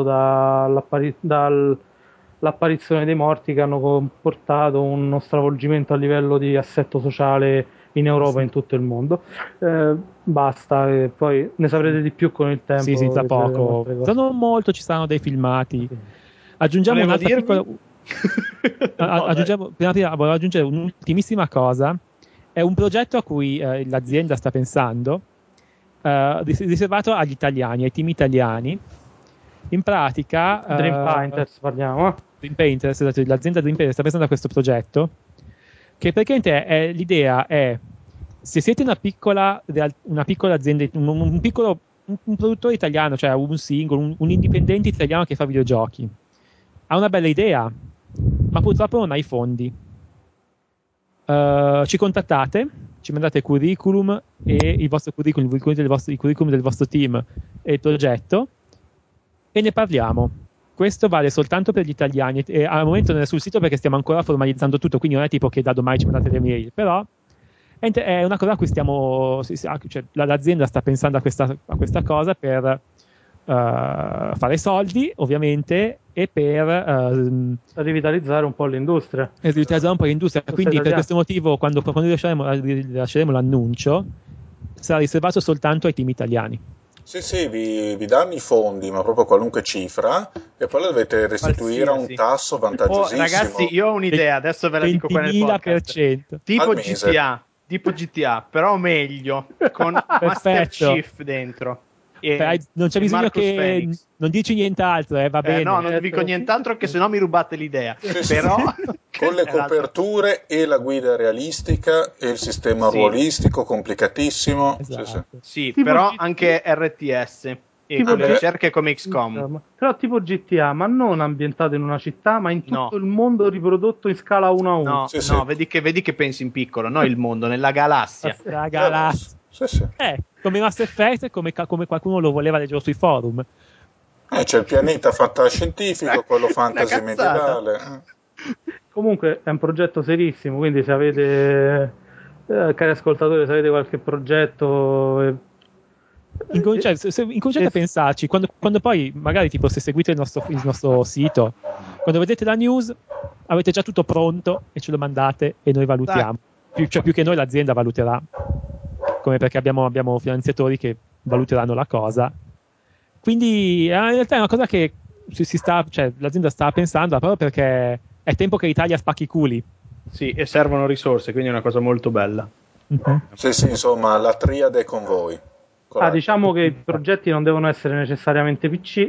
dall'apparizione dei morti, che hanno comportato uno stravolgimento a livello di assetto sociale in Europa e in tutto il mondo. Basta, e poi ne saprete di più con il tempo. Sì, tra poco. Non molto, ci saranno dei filmati. Aggiungiamo Volevo un'altra dirvi- piccola. Prima volevo aggiungere un'ultimissima cosa. È un progetto a cui l'azienda sta pensando, riservato agli italiani, ai team italiani. In pratica, Dream Painters parliamo. Dream Painters, esatto, l'azienda Dream Painters sta pensando a questo progetto, che praticamente l'idea è, se siete una piccola azienda, un produttore italiano, cioè un singolo, un indipendente italiano che fa videogiochi, ha una bella idea, ma purtroppo non ha i fondi. Ci contattate, ci mandate il curriculum e il vostro curriculum, il curriculum del vostro team e il progetto, e ne parliamo. Questo vale soltanto per gli italiani, e al momento non è sul sito perché stiamo ancora formalizzando tutto, quindi non è tipo che da domani ci mandate le mail, però è una cosa a cui cioè, l'azienda sta pensando a questa cosa per fare soldi, ovviamente, e per Rivitalizzare un po' l'industria. rivitalizzare un po' l'industria. Quindi per questo motivo, quando rilasceremo l'annuncio, sarà riservato soltanto ai team italiani. Sì, vi danno i fondi, ma proprio qualunque cifra, e poi la dovete restituire a un Qualsiasi. tasso vantaggiosissimo. Ragazzi, io ho un'idea, adesso ve la dico qua nel podcast. 20.000%. Tipo GTA, però meglio, con Master Chief dentro. Non c'è bisogno Marcus che Phoenix. non dici nient'altro, va bene. No, non dico nient'altro, che sennò mi rubate l'idea. Sì. Però Con le coperture e la guida realistica e il sistema ruolistico complicatissimo. Esatto. Sì, Tipo però GTA. anche RTS e Tipo con le ricerche come XCOM. Però tipo GTA, ma non ambientato in una città, ma in tutto il mondo riprodotto in scala 1 a 1. No, vedi che pensi in piccolo, no il mondo, nella galassia. La galassia. Sì. Come Mass Effect, come qualcuno lo voleva leggere sui forum. C'è il pianeta fantascientifico, quello fantasy medievale. Comunque è un progetto serissimo, quindi se avete, cari ascoltatori, se avete qualche progetto... Incominciate a pensarci, quando poi, magari tipo se seguite il nostro sito, quando vedete la news, avete già tutto pronto e ce lo mandate e noi valutiamo. Più che noi, l'azienda valuterà, come perché abbiamo finanziatori che valuteranno la cosa. Quindi in realtà è una cosa che l'azienda sta pensando proprio perché è tempo che l'Italia spacchi i culi. Sì, e servono risorse, quindi è una cosa molto bella. Mm-hmm. Sì, insomma, la triade è con voi. Diciamo che i progetti non devono essere necessariamente PC,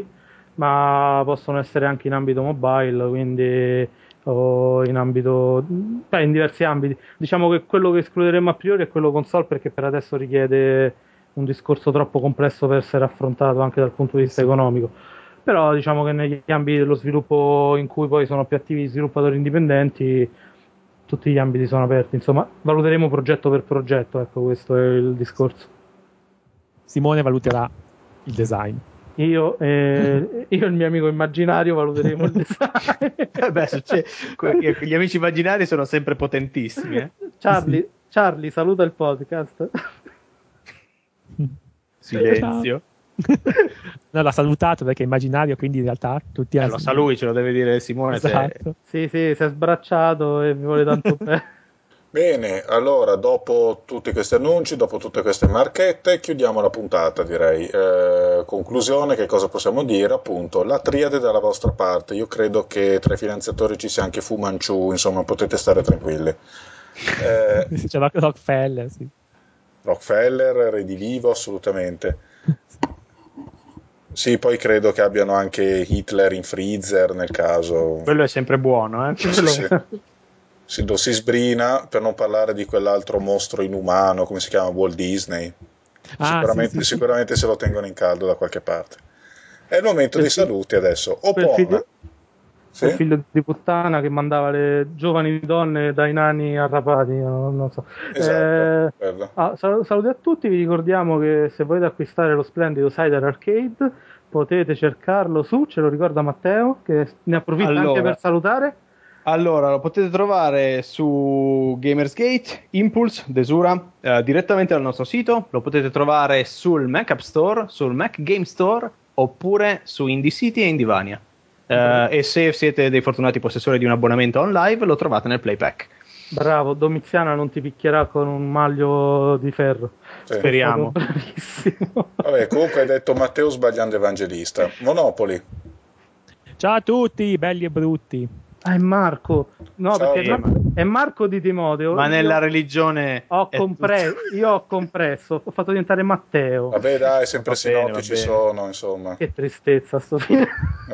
ma possono essere anche in ambito mobile, quindi o in ambito, in diversi ambiti. Diciamo che quello che escluderemo a priori è quello console, perché per adesso richiede un discorso troppo complesso per essere affrontato anche dal punto di vista economico. Però diciamo che negli ambiti dello sviluppo in cui poi sono più attivi gli sviluppatori indipendenti, tutti gli ambiti sono aperti. Insomma, valuteremo progetto per progetto, ecco, questo è il discorso. Simone valuterà il design. io e il mio amico immaginario valuteremo il design. Beh, gli amici immaginari sono sempre potentissimi, eh? Charlie, saluta il podcast. Silenzio. No, l'ha salutato perché è immaginario, quindi in realtà tutti Lo sa lui, ce lo deve dire Simone. Esatto. Sì, si è sbracciato e vi vuole tanto bene. Bene, allora dopo tutti questi annunci, dopo tutte queste marchette, chiudiamo la puntata, direi. Conclusione, che cosa possiamo dire? Appunto, la triade dalla vostra parte. Io credo che tra i finanziatori ci sia anche Fu Manchu, insomma, potete stare tranquilli. C'è Rockefeller, sì. Rockefeller, redivivo, assolutamente. Sì, poi credo che abbiano anche Hitler in freezer nel caso. Quello è sempre buono, eh? Sì. Si sbrina, per non parlare di quell'altro mostro inumano, come si chiama, Walt Disney. Sì. Sicuramente se lo tengono in caldo da qualche parte. È il momento dei saluti adesso. Quel Sì? figlio di puttana che mandava le giovani donne dai nani arrapati, non so. Esatto. Saluti a tutti, vi ricordiamo che se volete acquistare lo splendido Cider Arcade potete cercarlo ce lo ricorda Matteo, che ne approfitta anche per salutare. Allora, lo potete trovare su Gamersgate, Impulse, Desura, direttamente dal nostro sito. Lo potete trovare sul Mac App Store, sul Mac Game Store, oppure su Indie City e Indivania. E se siete dei fortunati possessori di un abbonamento on live, lo trovate nel Playpack. Bravo, Domiziana non ti picchierà con un maglio di ferro. Sì. Speriamo. Bravissimo. Vabbè, comunque hai detto Matteo sbagliando evangelista. Monopoli. Ciao a tutti, belli e brutti. È Marco. No, Ciao, perché è Marco di Timoteo. Ma nella religione Io ho compresso, ho fatto diventare Matteo. Vabbè, dai, sempre Va bene, sinoppi va ci bene. sono, insomma. Che tristezza sto fine.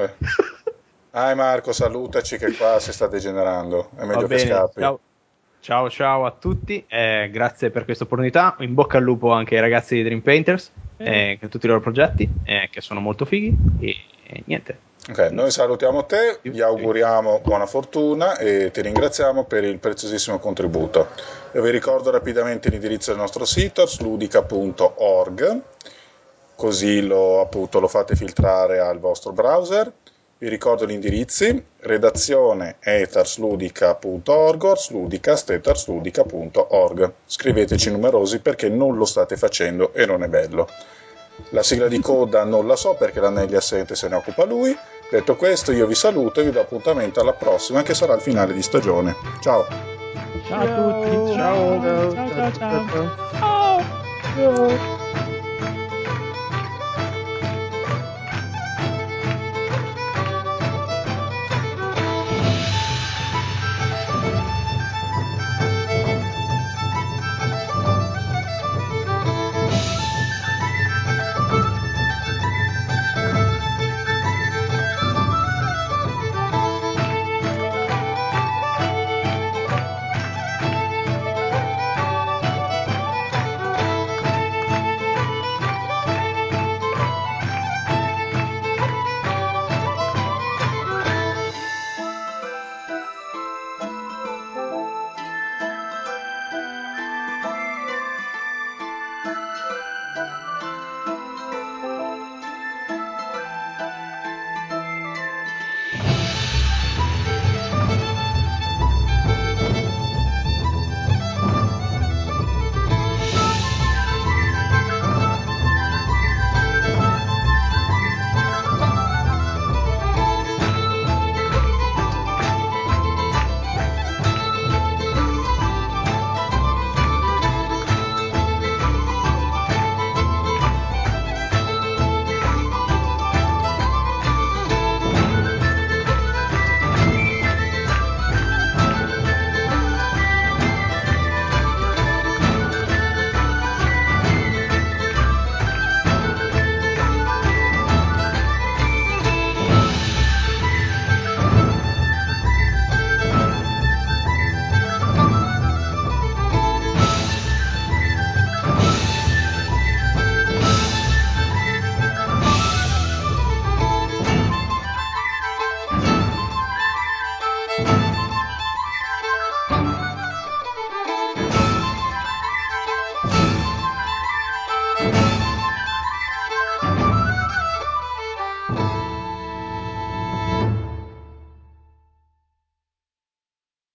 Dai Marco, salutaci che qua si sta degenerando. È meglio Va che bene, scappi. ciao a tutti, grazie per questa opportunità, in bocca al lupo anche ai ragazzi di Dream Painters, e tutti i loro progetti, che sono molto fighi, e niente. Ok, noi salutiamo te, vi auguriamo buona fortuna e ti ringraziamo per il preziosissimo contributo. Io vi ricordo rapidamente l'indirizzo del nostro sito, sludica.org, così lo fate filtrare al vostro browser. Vi ricordo gli indirizzi: redazione etarsludica.org o sludica@etarsludica.org. Scriveteci numerosi perché non lo state facendo e non è bello. La sigla di coda non la so perché l'Anelli è assente, se ne occupa lui. Detto questo, io vi saluto e vi do appuntamento alla prossima, che sarà il finale di stagione. Ciao! Ciao a tutti. Ciao.